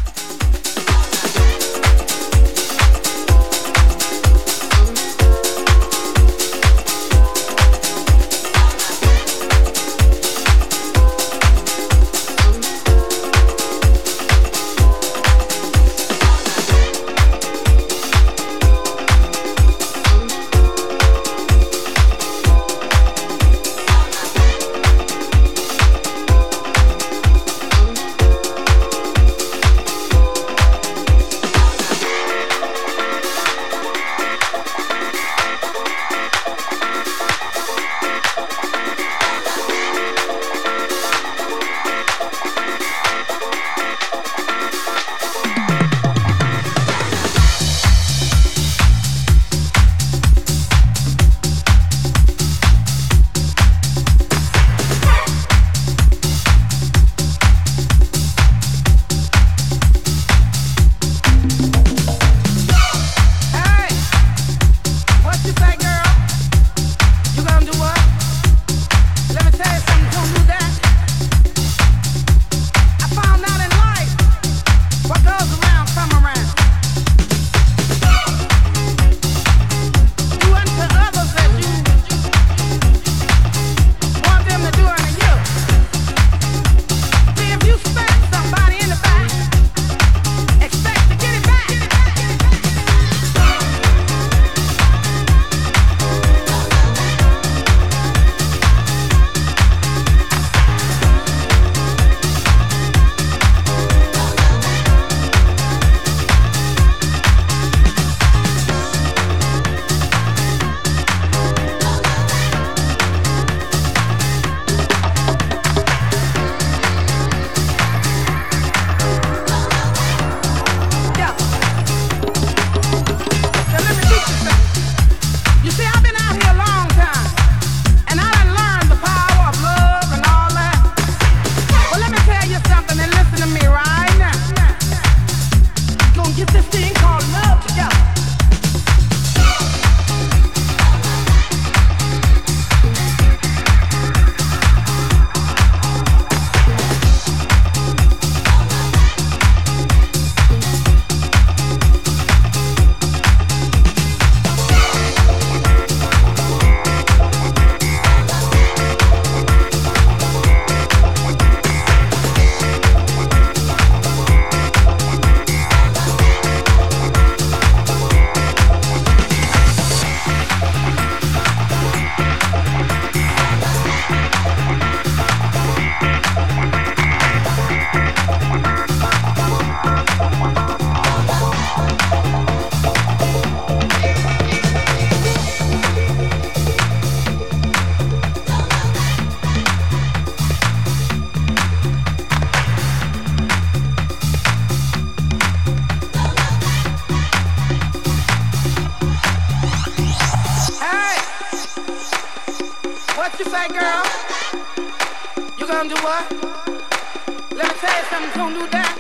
what? Let me tell you something, don't do that.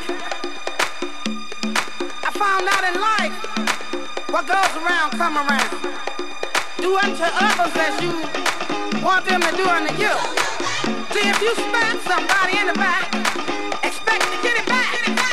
I found out in life, what goes around, come around. Do unto others as you want them to do unto you. See, if you smack somebody in the back, expect to get it back.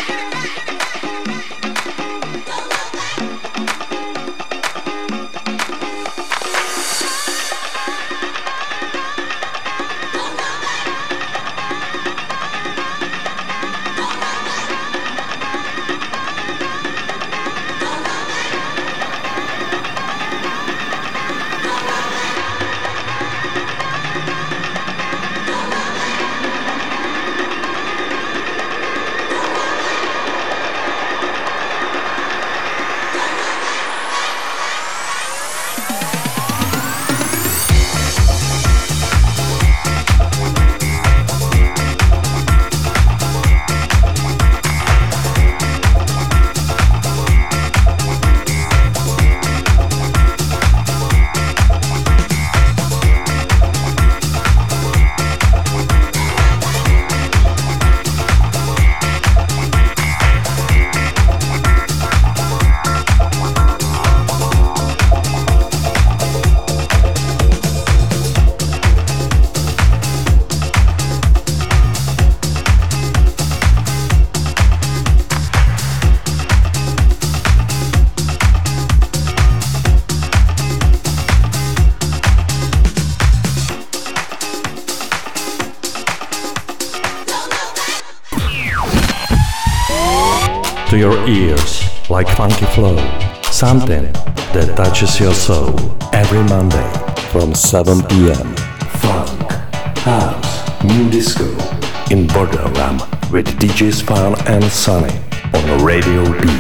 To your ears, like funky flow, something that touches your soul. Every Monday from 7 p.m. Funk, house, new disco in Borderland with DJ Spal and Sunny on Radio B.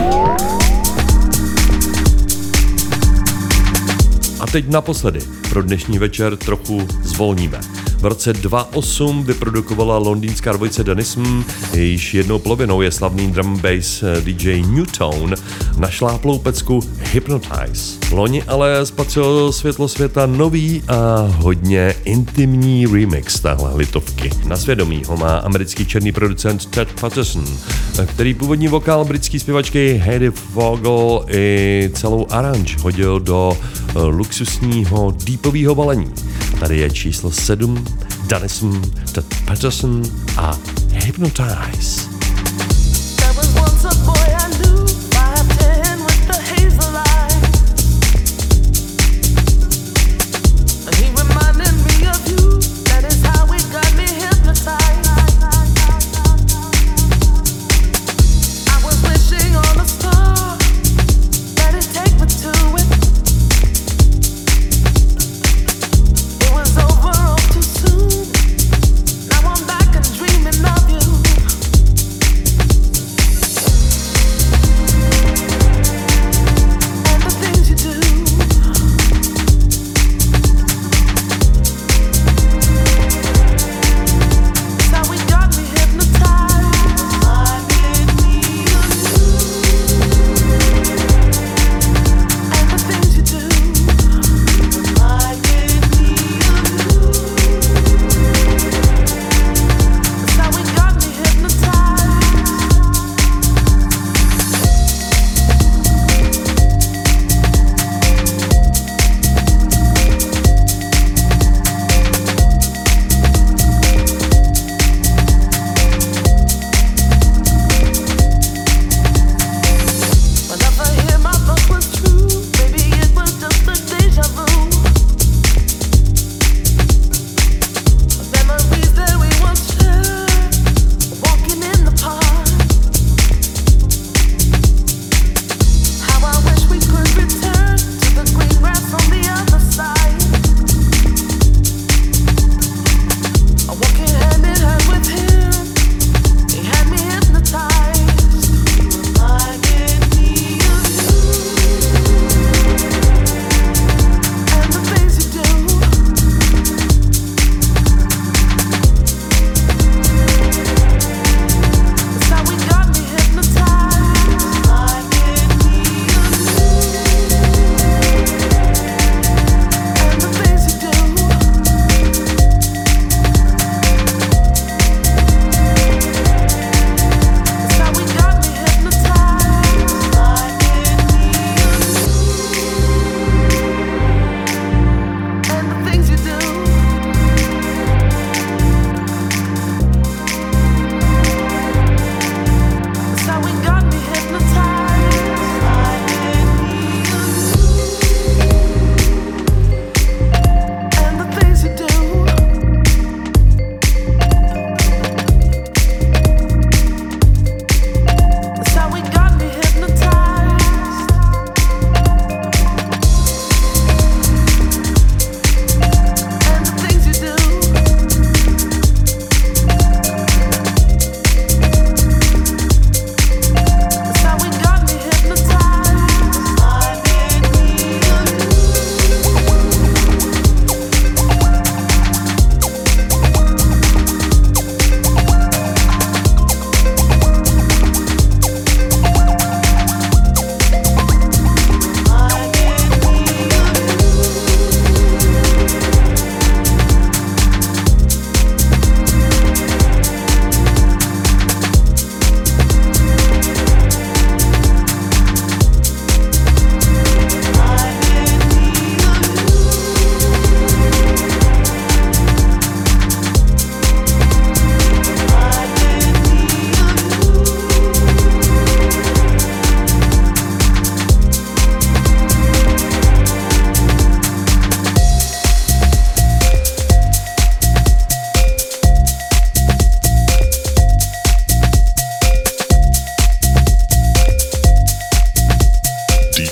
A teď naposledy pro dnešní večer trochu zvolníme. V roce 2008 vyprodukovala londýnská dvojice Denism, jejíž jednou polovinou je slavný drum bass DJ Newtone, našláplou pecku Hypnotize. Loni ale spatřil světlo světa nový a hodně intimní remix téhle hitovky. Na svědomí ho má americký černý producent Ted Patterson, který původní vokál britské zpěvačky Heidi Vogel i celou aranž hodil do luxusního deepového balení. Tady je číslo 7, Denism, Ted Patterson a Hypnotize. Now I'm back and dreaming of you.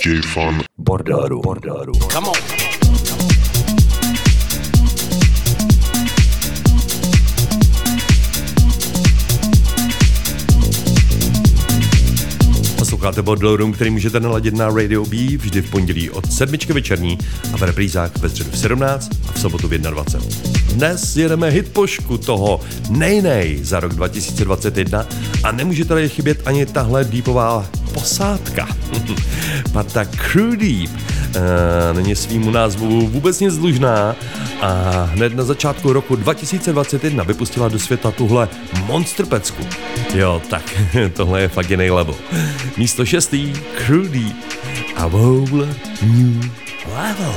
DJ Fun. Borderu. Come on. Posloucháte Bordello Room, který můžete naladit na Radio B vždy v pondělí od 7 večerní a v reprízách ve středu v 17 a v sobotu v 21. Dnes jedeme hitpošku toho nej za rok 2021 a nemůže tady chybět ani tahle deepová posádka. Parta Crew Deep není svýmu názvu vůbec nic dlužná a hned na začátku roku 2021 vypustila do světa tuhle monster pecku. Jo, tak tohle je fakt jiný level. Místo 6. Crew Deep a Whole New Level.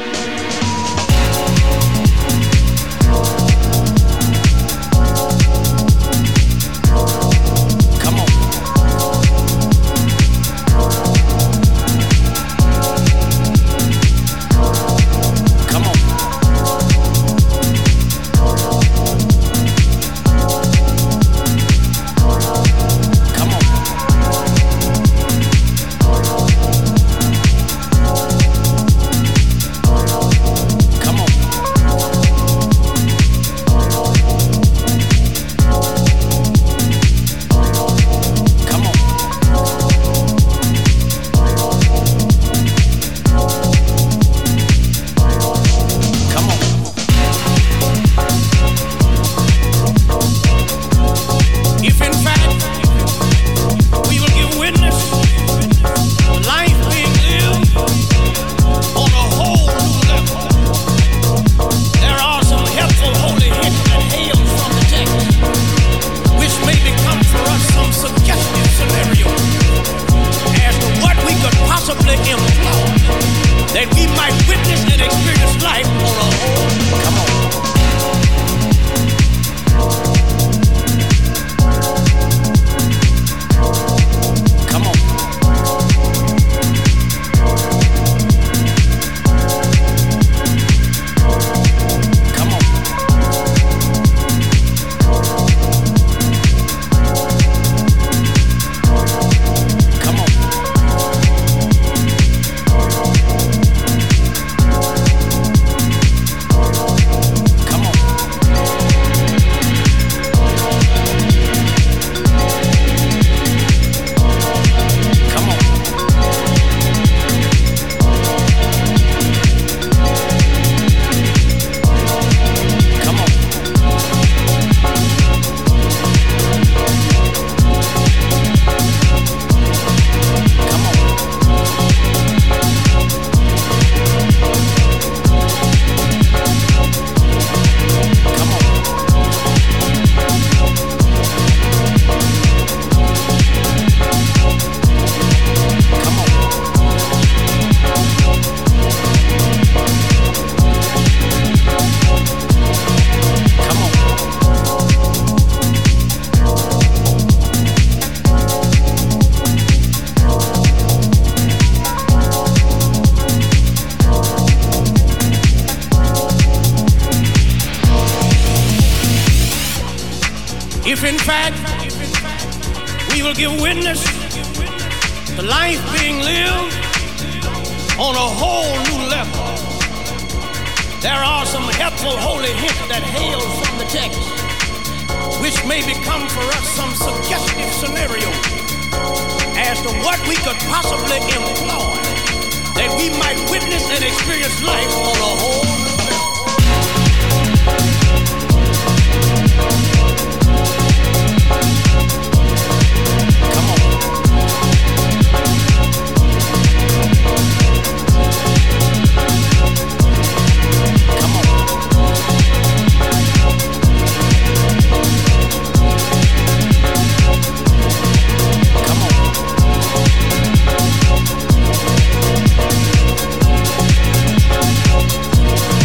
In fact, we will give witness to life being lived on a whole new level. There are some helpful holy hints that hail from the text, which may become for us some suggestive scenario as to what we could possibly employ, that we might witness and experience life on a whole new level. Come on.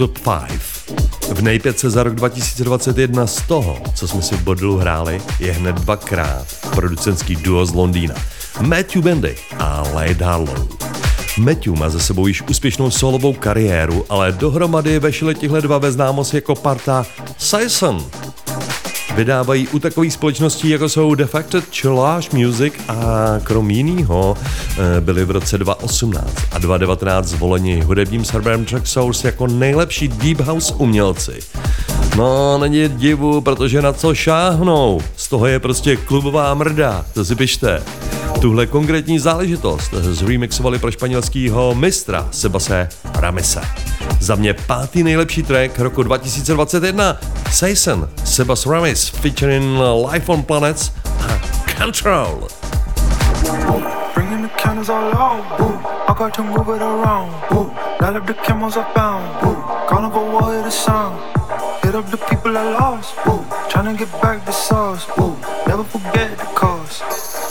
Top 5. V nejpětce za rok 2021 z toho, co jsme si v bordelu hráli, je hned dvakrát producentský duo z Londýna. Matthew Bendy a Laid Harlow. Matthew má za sebou již úspěšnou solovou kariéru, ale dohromady vešly tihle dva ve známost jako parta Saison. Vydávají u takových společností, jako jsou Defected, Chillage Music a krom jinýho byli v roce 2018 a 2019 zvoleni hudebním serverem Traxsource jako nejlepší Deep House umělci. No, není divu, protože na co šáhnou? Z toho je prostě klubová mrda, to si pište. Tuhle konkrétní záležitost zremixovali pro španělskýho mistra Sebase Ramise. Za mě 5. nejlepší track roku 2021 Saison, Sebas Ramis featuring Life on Planets a Control. Bringing the candles all out, boo. I got to move it around, boo. Light up the camels I found, boo. Carnival will hear the sound. Hit up the people I lost, boo. Trying to get back the sauce, boo. Never forget the cost.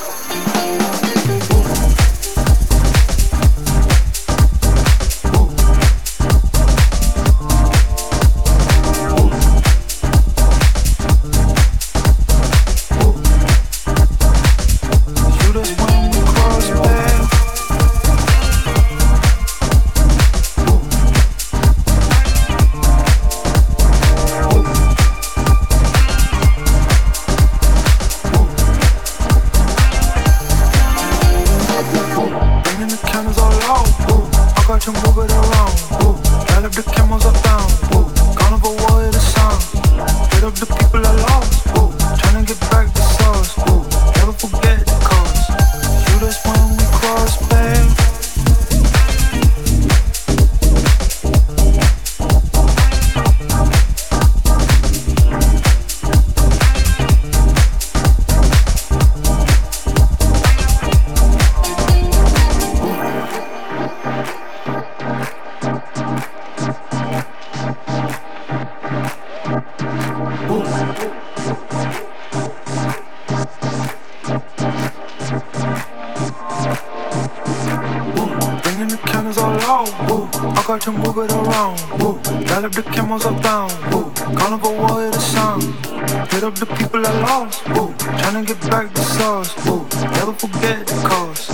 To move it around, woo. Light up the camels I found, woo. Carnival will hear the sound. Hit up the people I lost, woo. Trying to get back the sauce, woo. Never forget the cost.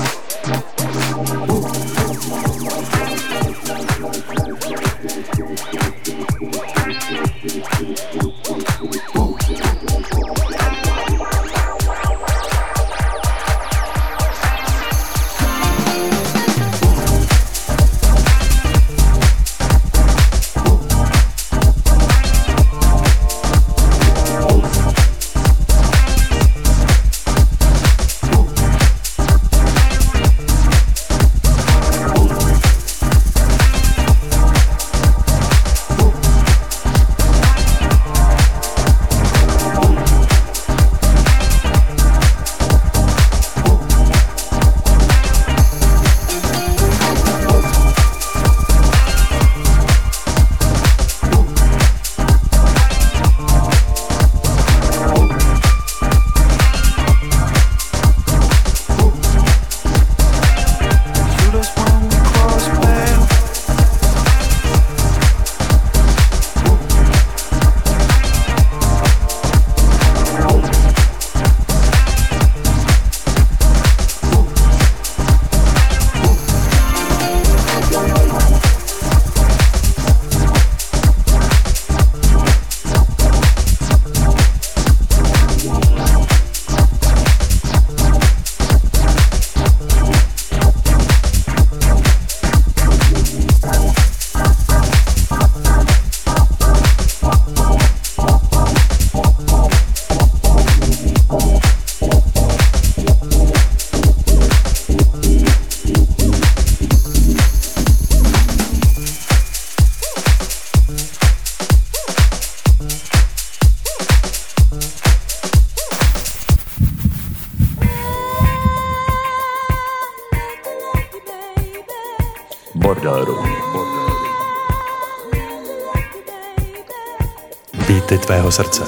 Beaty tvého srdce.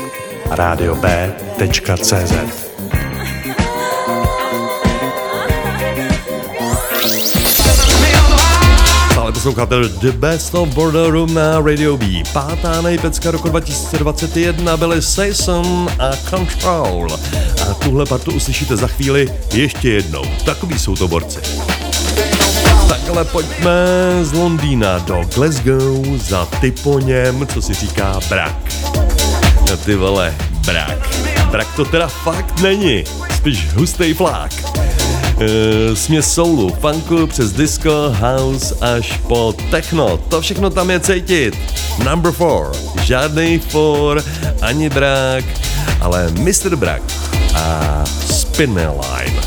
radiob.cz Stále posloucháte The Best of Border Room na Radio B. Pátá nejpecka roku 2021 byly Saison a Control. A tuhle partu uslyšíte za chvíli ještě jednou. Takový jsou to borci. Takhle pojďme z Londýna do Glasgow za tip po něm, co si říká Brak. No ty vole, Brak. Brak to teda fakt není, spíš hustej flák. Směs soulu, funku přes disco, house až po techno, to všechno tam je cítit. Number 4, žádnej for, ani Brak, ale Mr. Brak a Spin Me Line.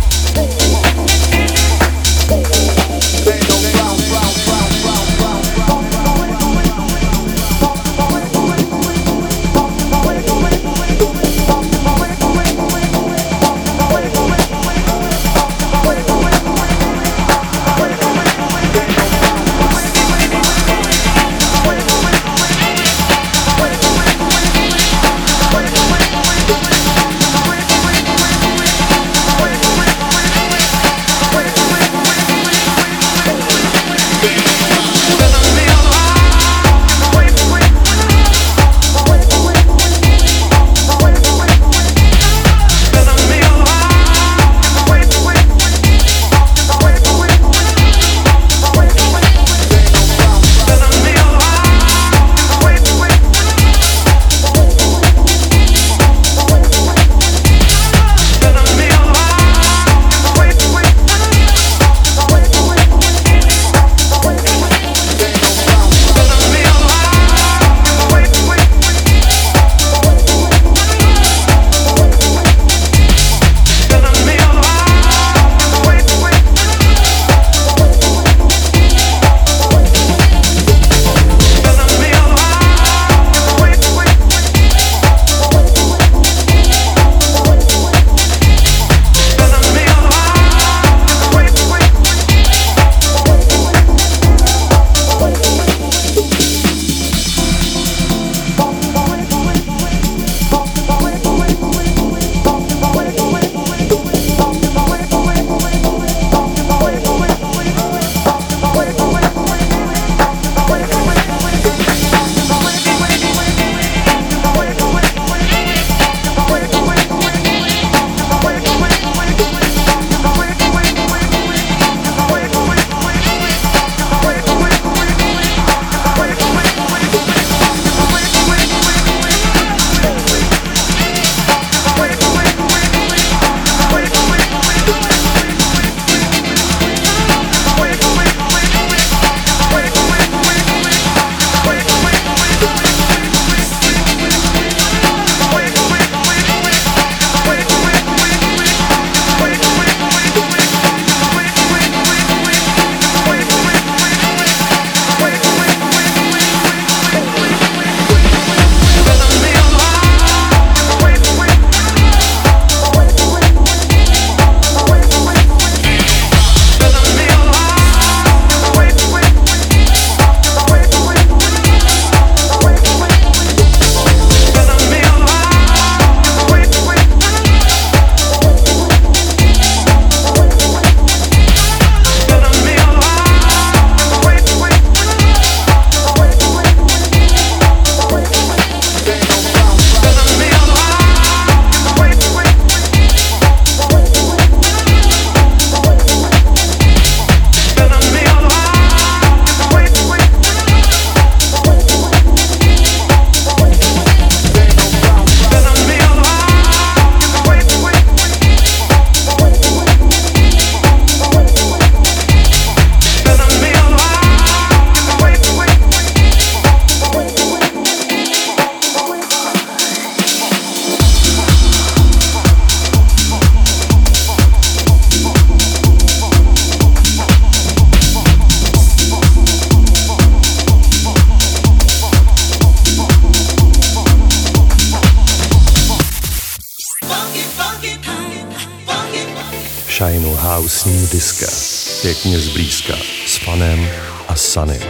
Shinu House New Disco. Pěkně zblízka s Fanem a Sunny.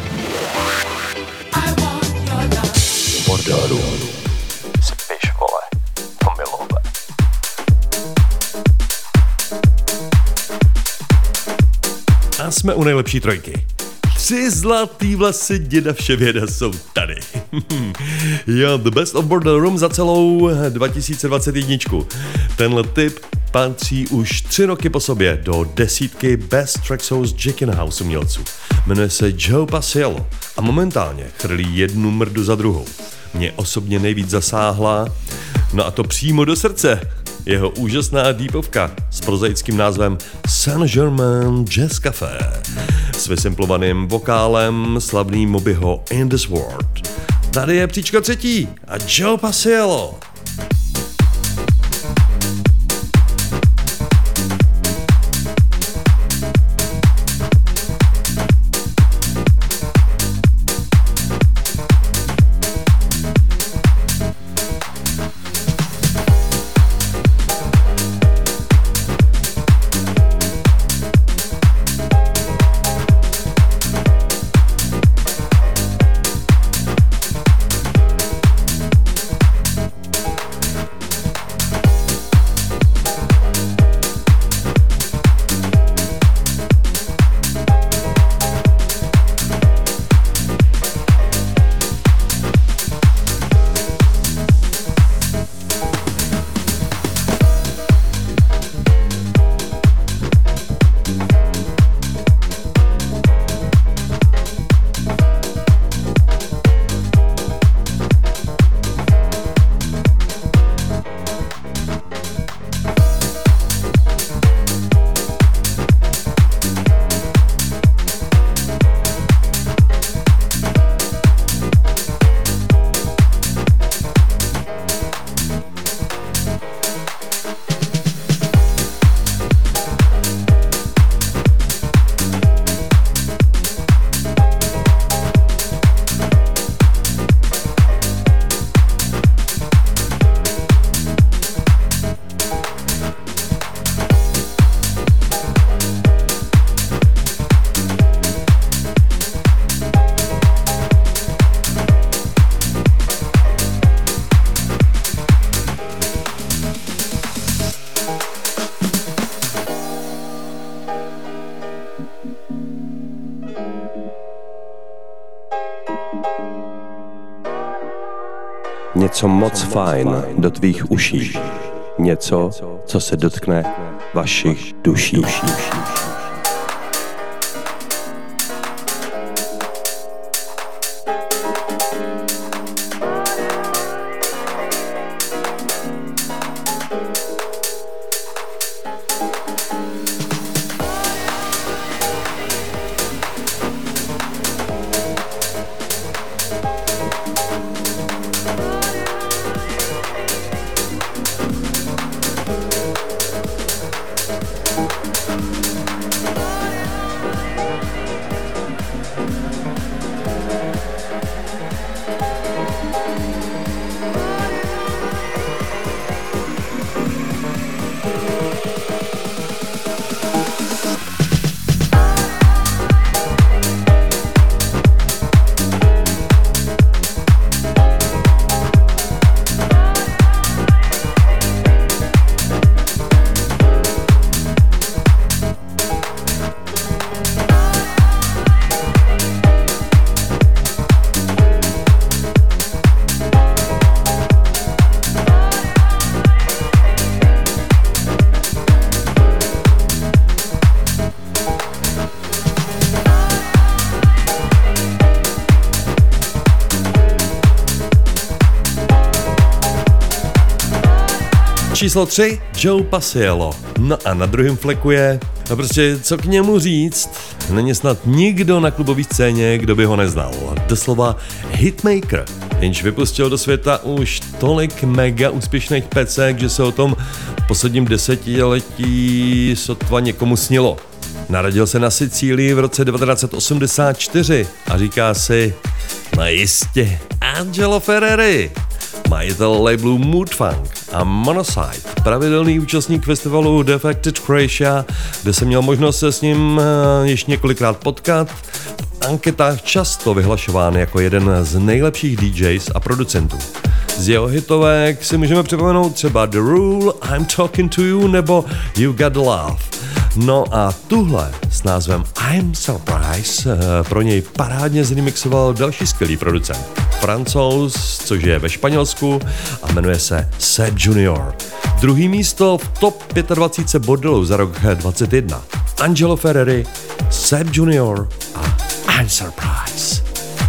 Borderu. Spíš, vole, to milové. A jsme u nejlepší trojky. 3 zlatý vlasy děda Vševěda jsou tady. Jo, The Best of Border Room za celou 2021. Tenhle tip patří už 3 roky po sobě do desítky Best Tracks z Jackin House umělců. Jmenuje se Joe Paciello a momentálně chrlí jednu mrdu za druhou. Mě osobně nejvíc zasáhla, no a to přímo do srdce, jeho úžasná deepovka s prozaickým názvem Saint-Germain Jazz Café s vysimplovaným vokálem slavný Mobyho In This World. Tady je příčka 3. a Joe Paciello. Něco moc fajn do tvých uší. Něco, co se dotkne vašich duší. Číslo 3, Joe Paciello. No a na druhém fleku je, a prostě co k němu říct, není snad nikdo na klubové scéně, kdo by ho neznal. Doslova hitmaker, jenž vypustil do světa už tolik mega úspěšných pecek, že se o tom v posledním desetiletí sotva někomu snilo. Narodil se na Sicílii v roce 1984 a říká si, no jistě, Angelo Ferreri, majitel labelu Mood Funk a Monocyte, pravidelný účastník festivalu Defected Croatia, kde jsem měl možnost se s ním ještě několikrát potkat, v anketách často vyhlašován jako jeden z nejlepších DJs a producentů. Z jeho hitovek si můžeme připomenout třeba The Rule, I'm Talking to You nebo You Got Love. No a tuhle s názvem I'm Surprise pro něj parádně zremixoval další skvělý producent. Francouz, což je ve Španělsku a jmenuje se Seb Junior. Druhý místo v top 25 bordelu za rok 2021. Angelo Ferreri, Seb Junior a I'm Surprise.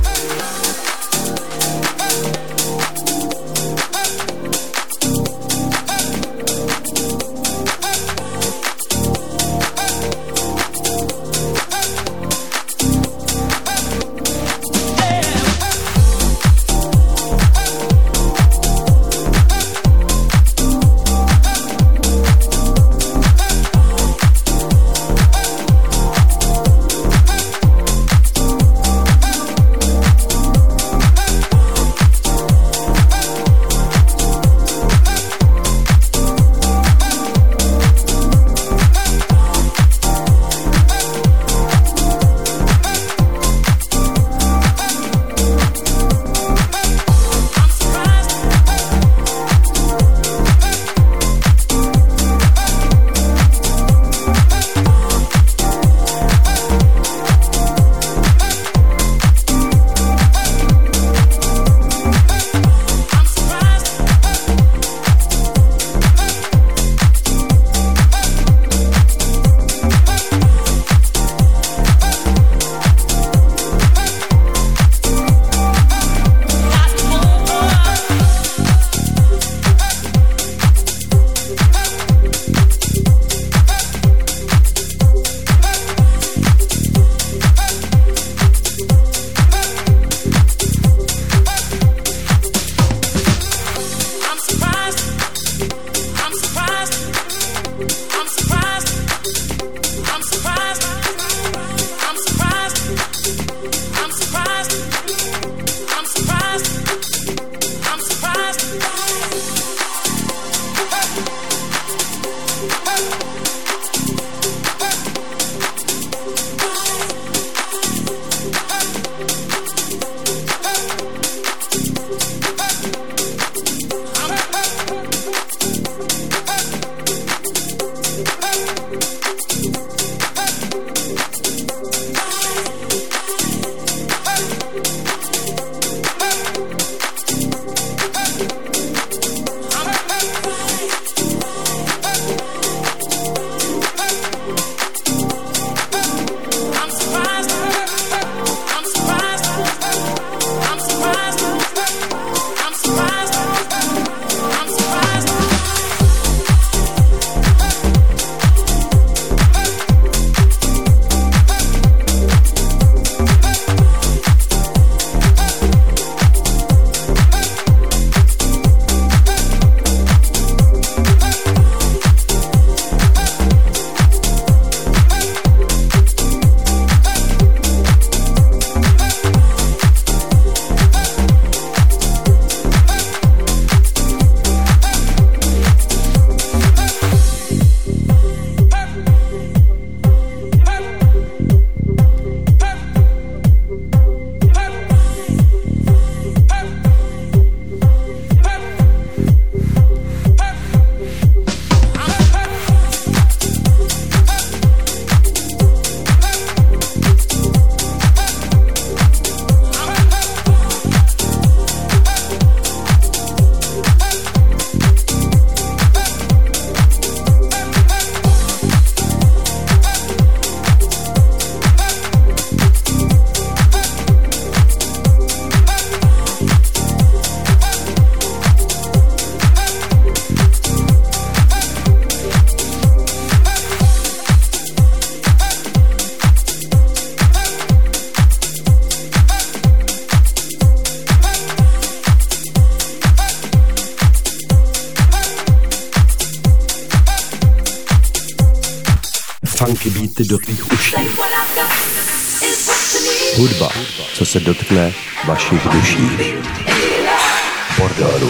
funky beaty do tvých uší. Hudba, co se dotkne vašich duší. Bordelů.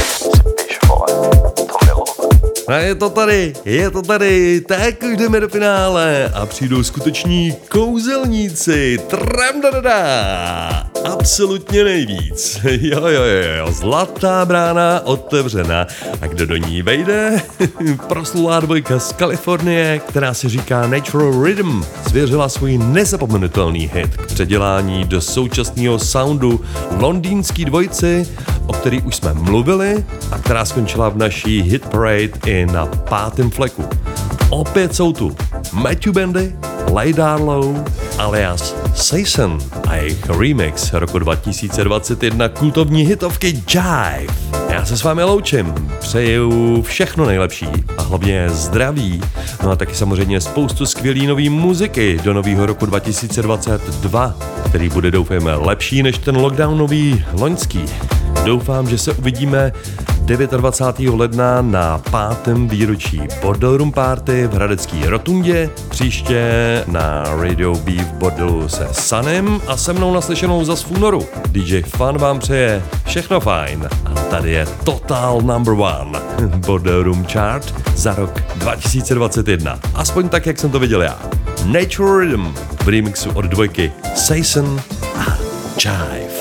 A je to tady, tak už jdeme do finále a přijdou skuteční kouzelníci. Tramdadada. absolutně nejvíc. Jo, zlatá brána otevřena. A kdo do ní vejde? Proslulá dvojka z Kalifornie, která si říká Natural Rhythm, svěřila svůj nezapomenutelný hit k předělání do současného soundu londýnský dvojci, o který už jsme mluvili a která skončila v naší hit parade i na 5. fleku. Opět jsou tu Matthew Bandy, Lay Darlow alias Sason a jejich remix roku 2021 kultovní hitovky Jive. Já se s vámi loučím, přeju všechno nejlepší a hlavně zdraví, no a taky samozřejmě spoustu skvělý nový muziky do nového roku 2022, který bude doufejme lepší než ten lockdownový loňský. Doufám, že se uvidíme 29. ledna na 5. výročí Bordel Room Party v Hradecký rotundě, příště na Radio B v bordelu se Sanem a se mnou naslyšenou zas v únoru. DJ Fun vám přeje všechno fajn a tady je Total Number One Bordel Room Chart za rok 2021. Aspoň tak, jak jsem to viděl já. Natural Rhythm v remixu od dvojky Sason a Jive.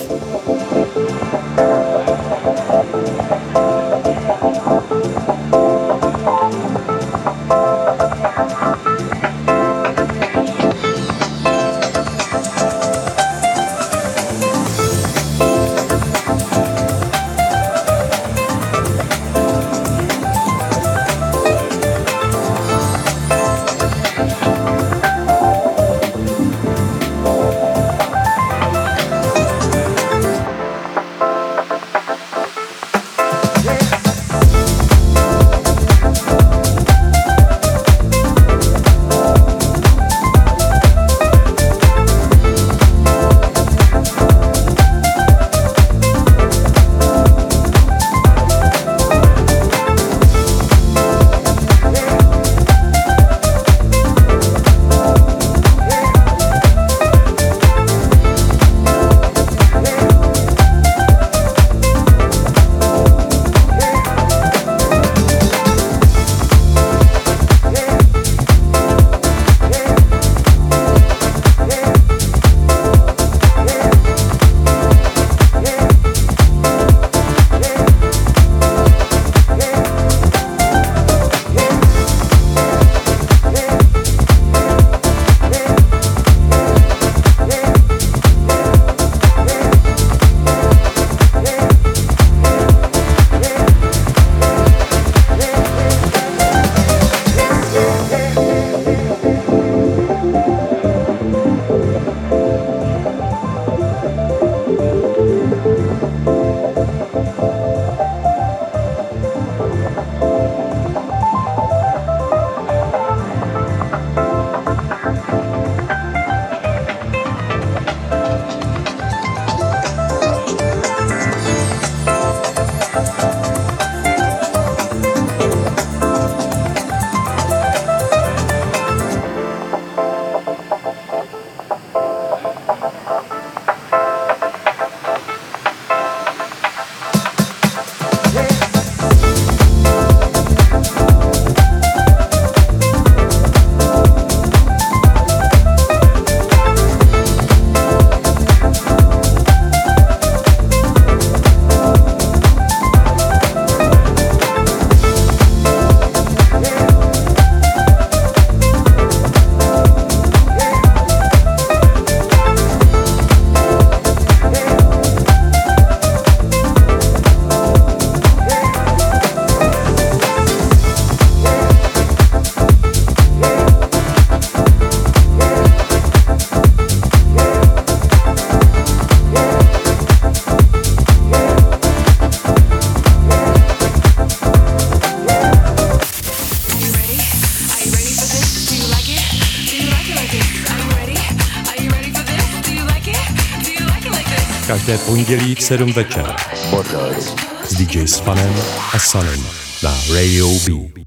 Každé pondělí v 7 večer s DJ Spanem a Sunem na Radio B.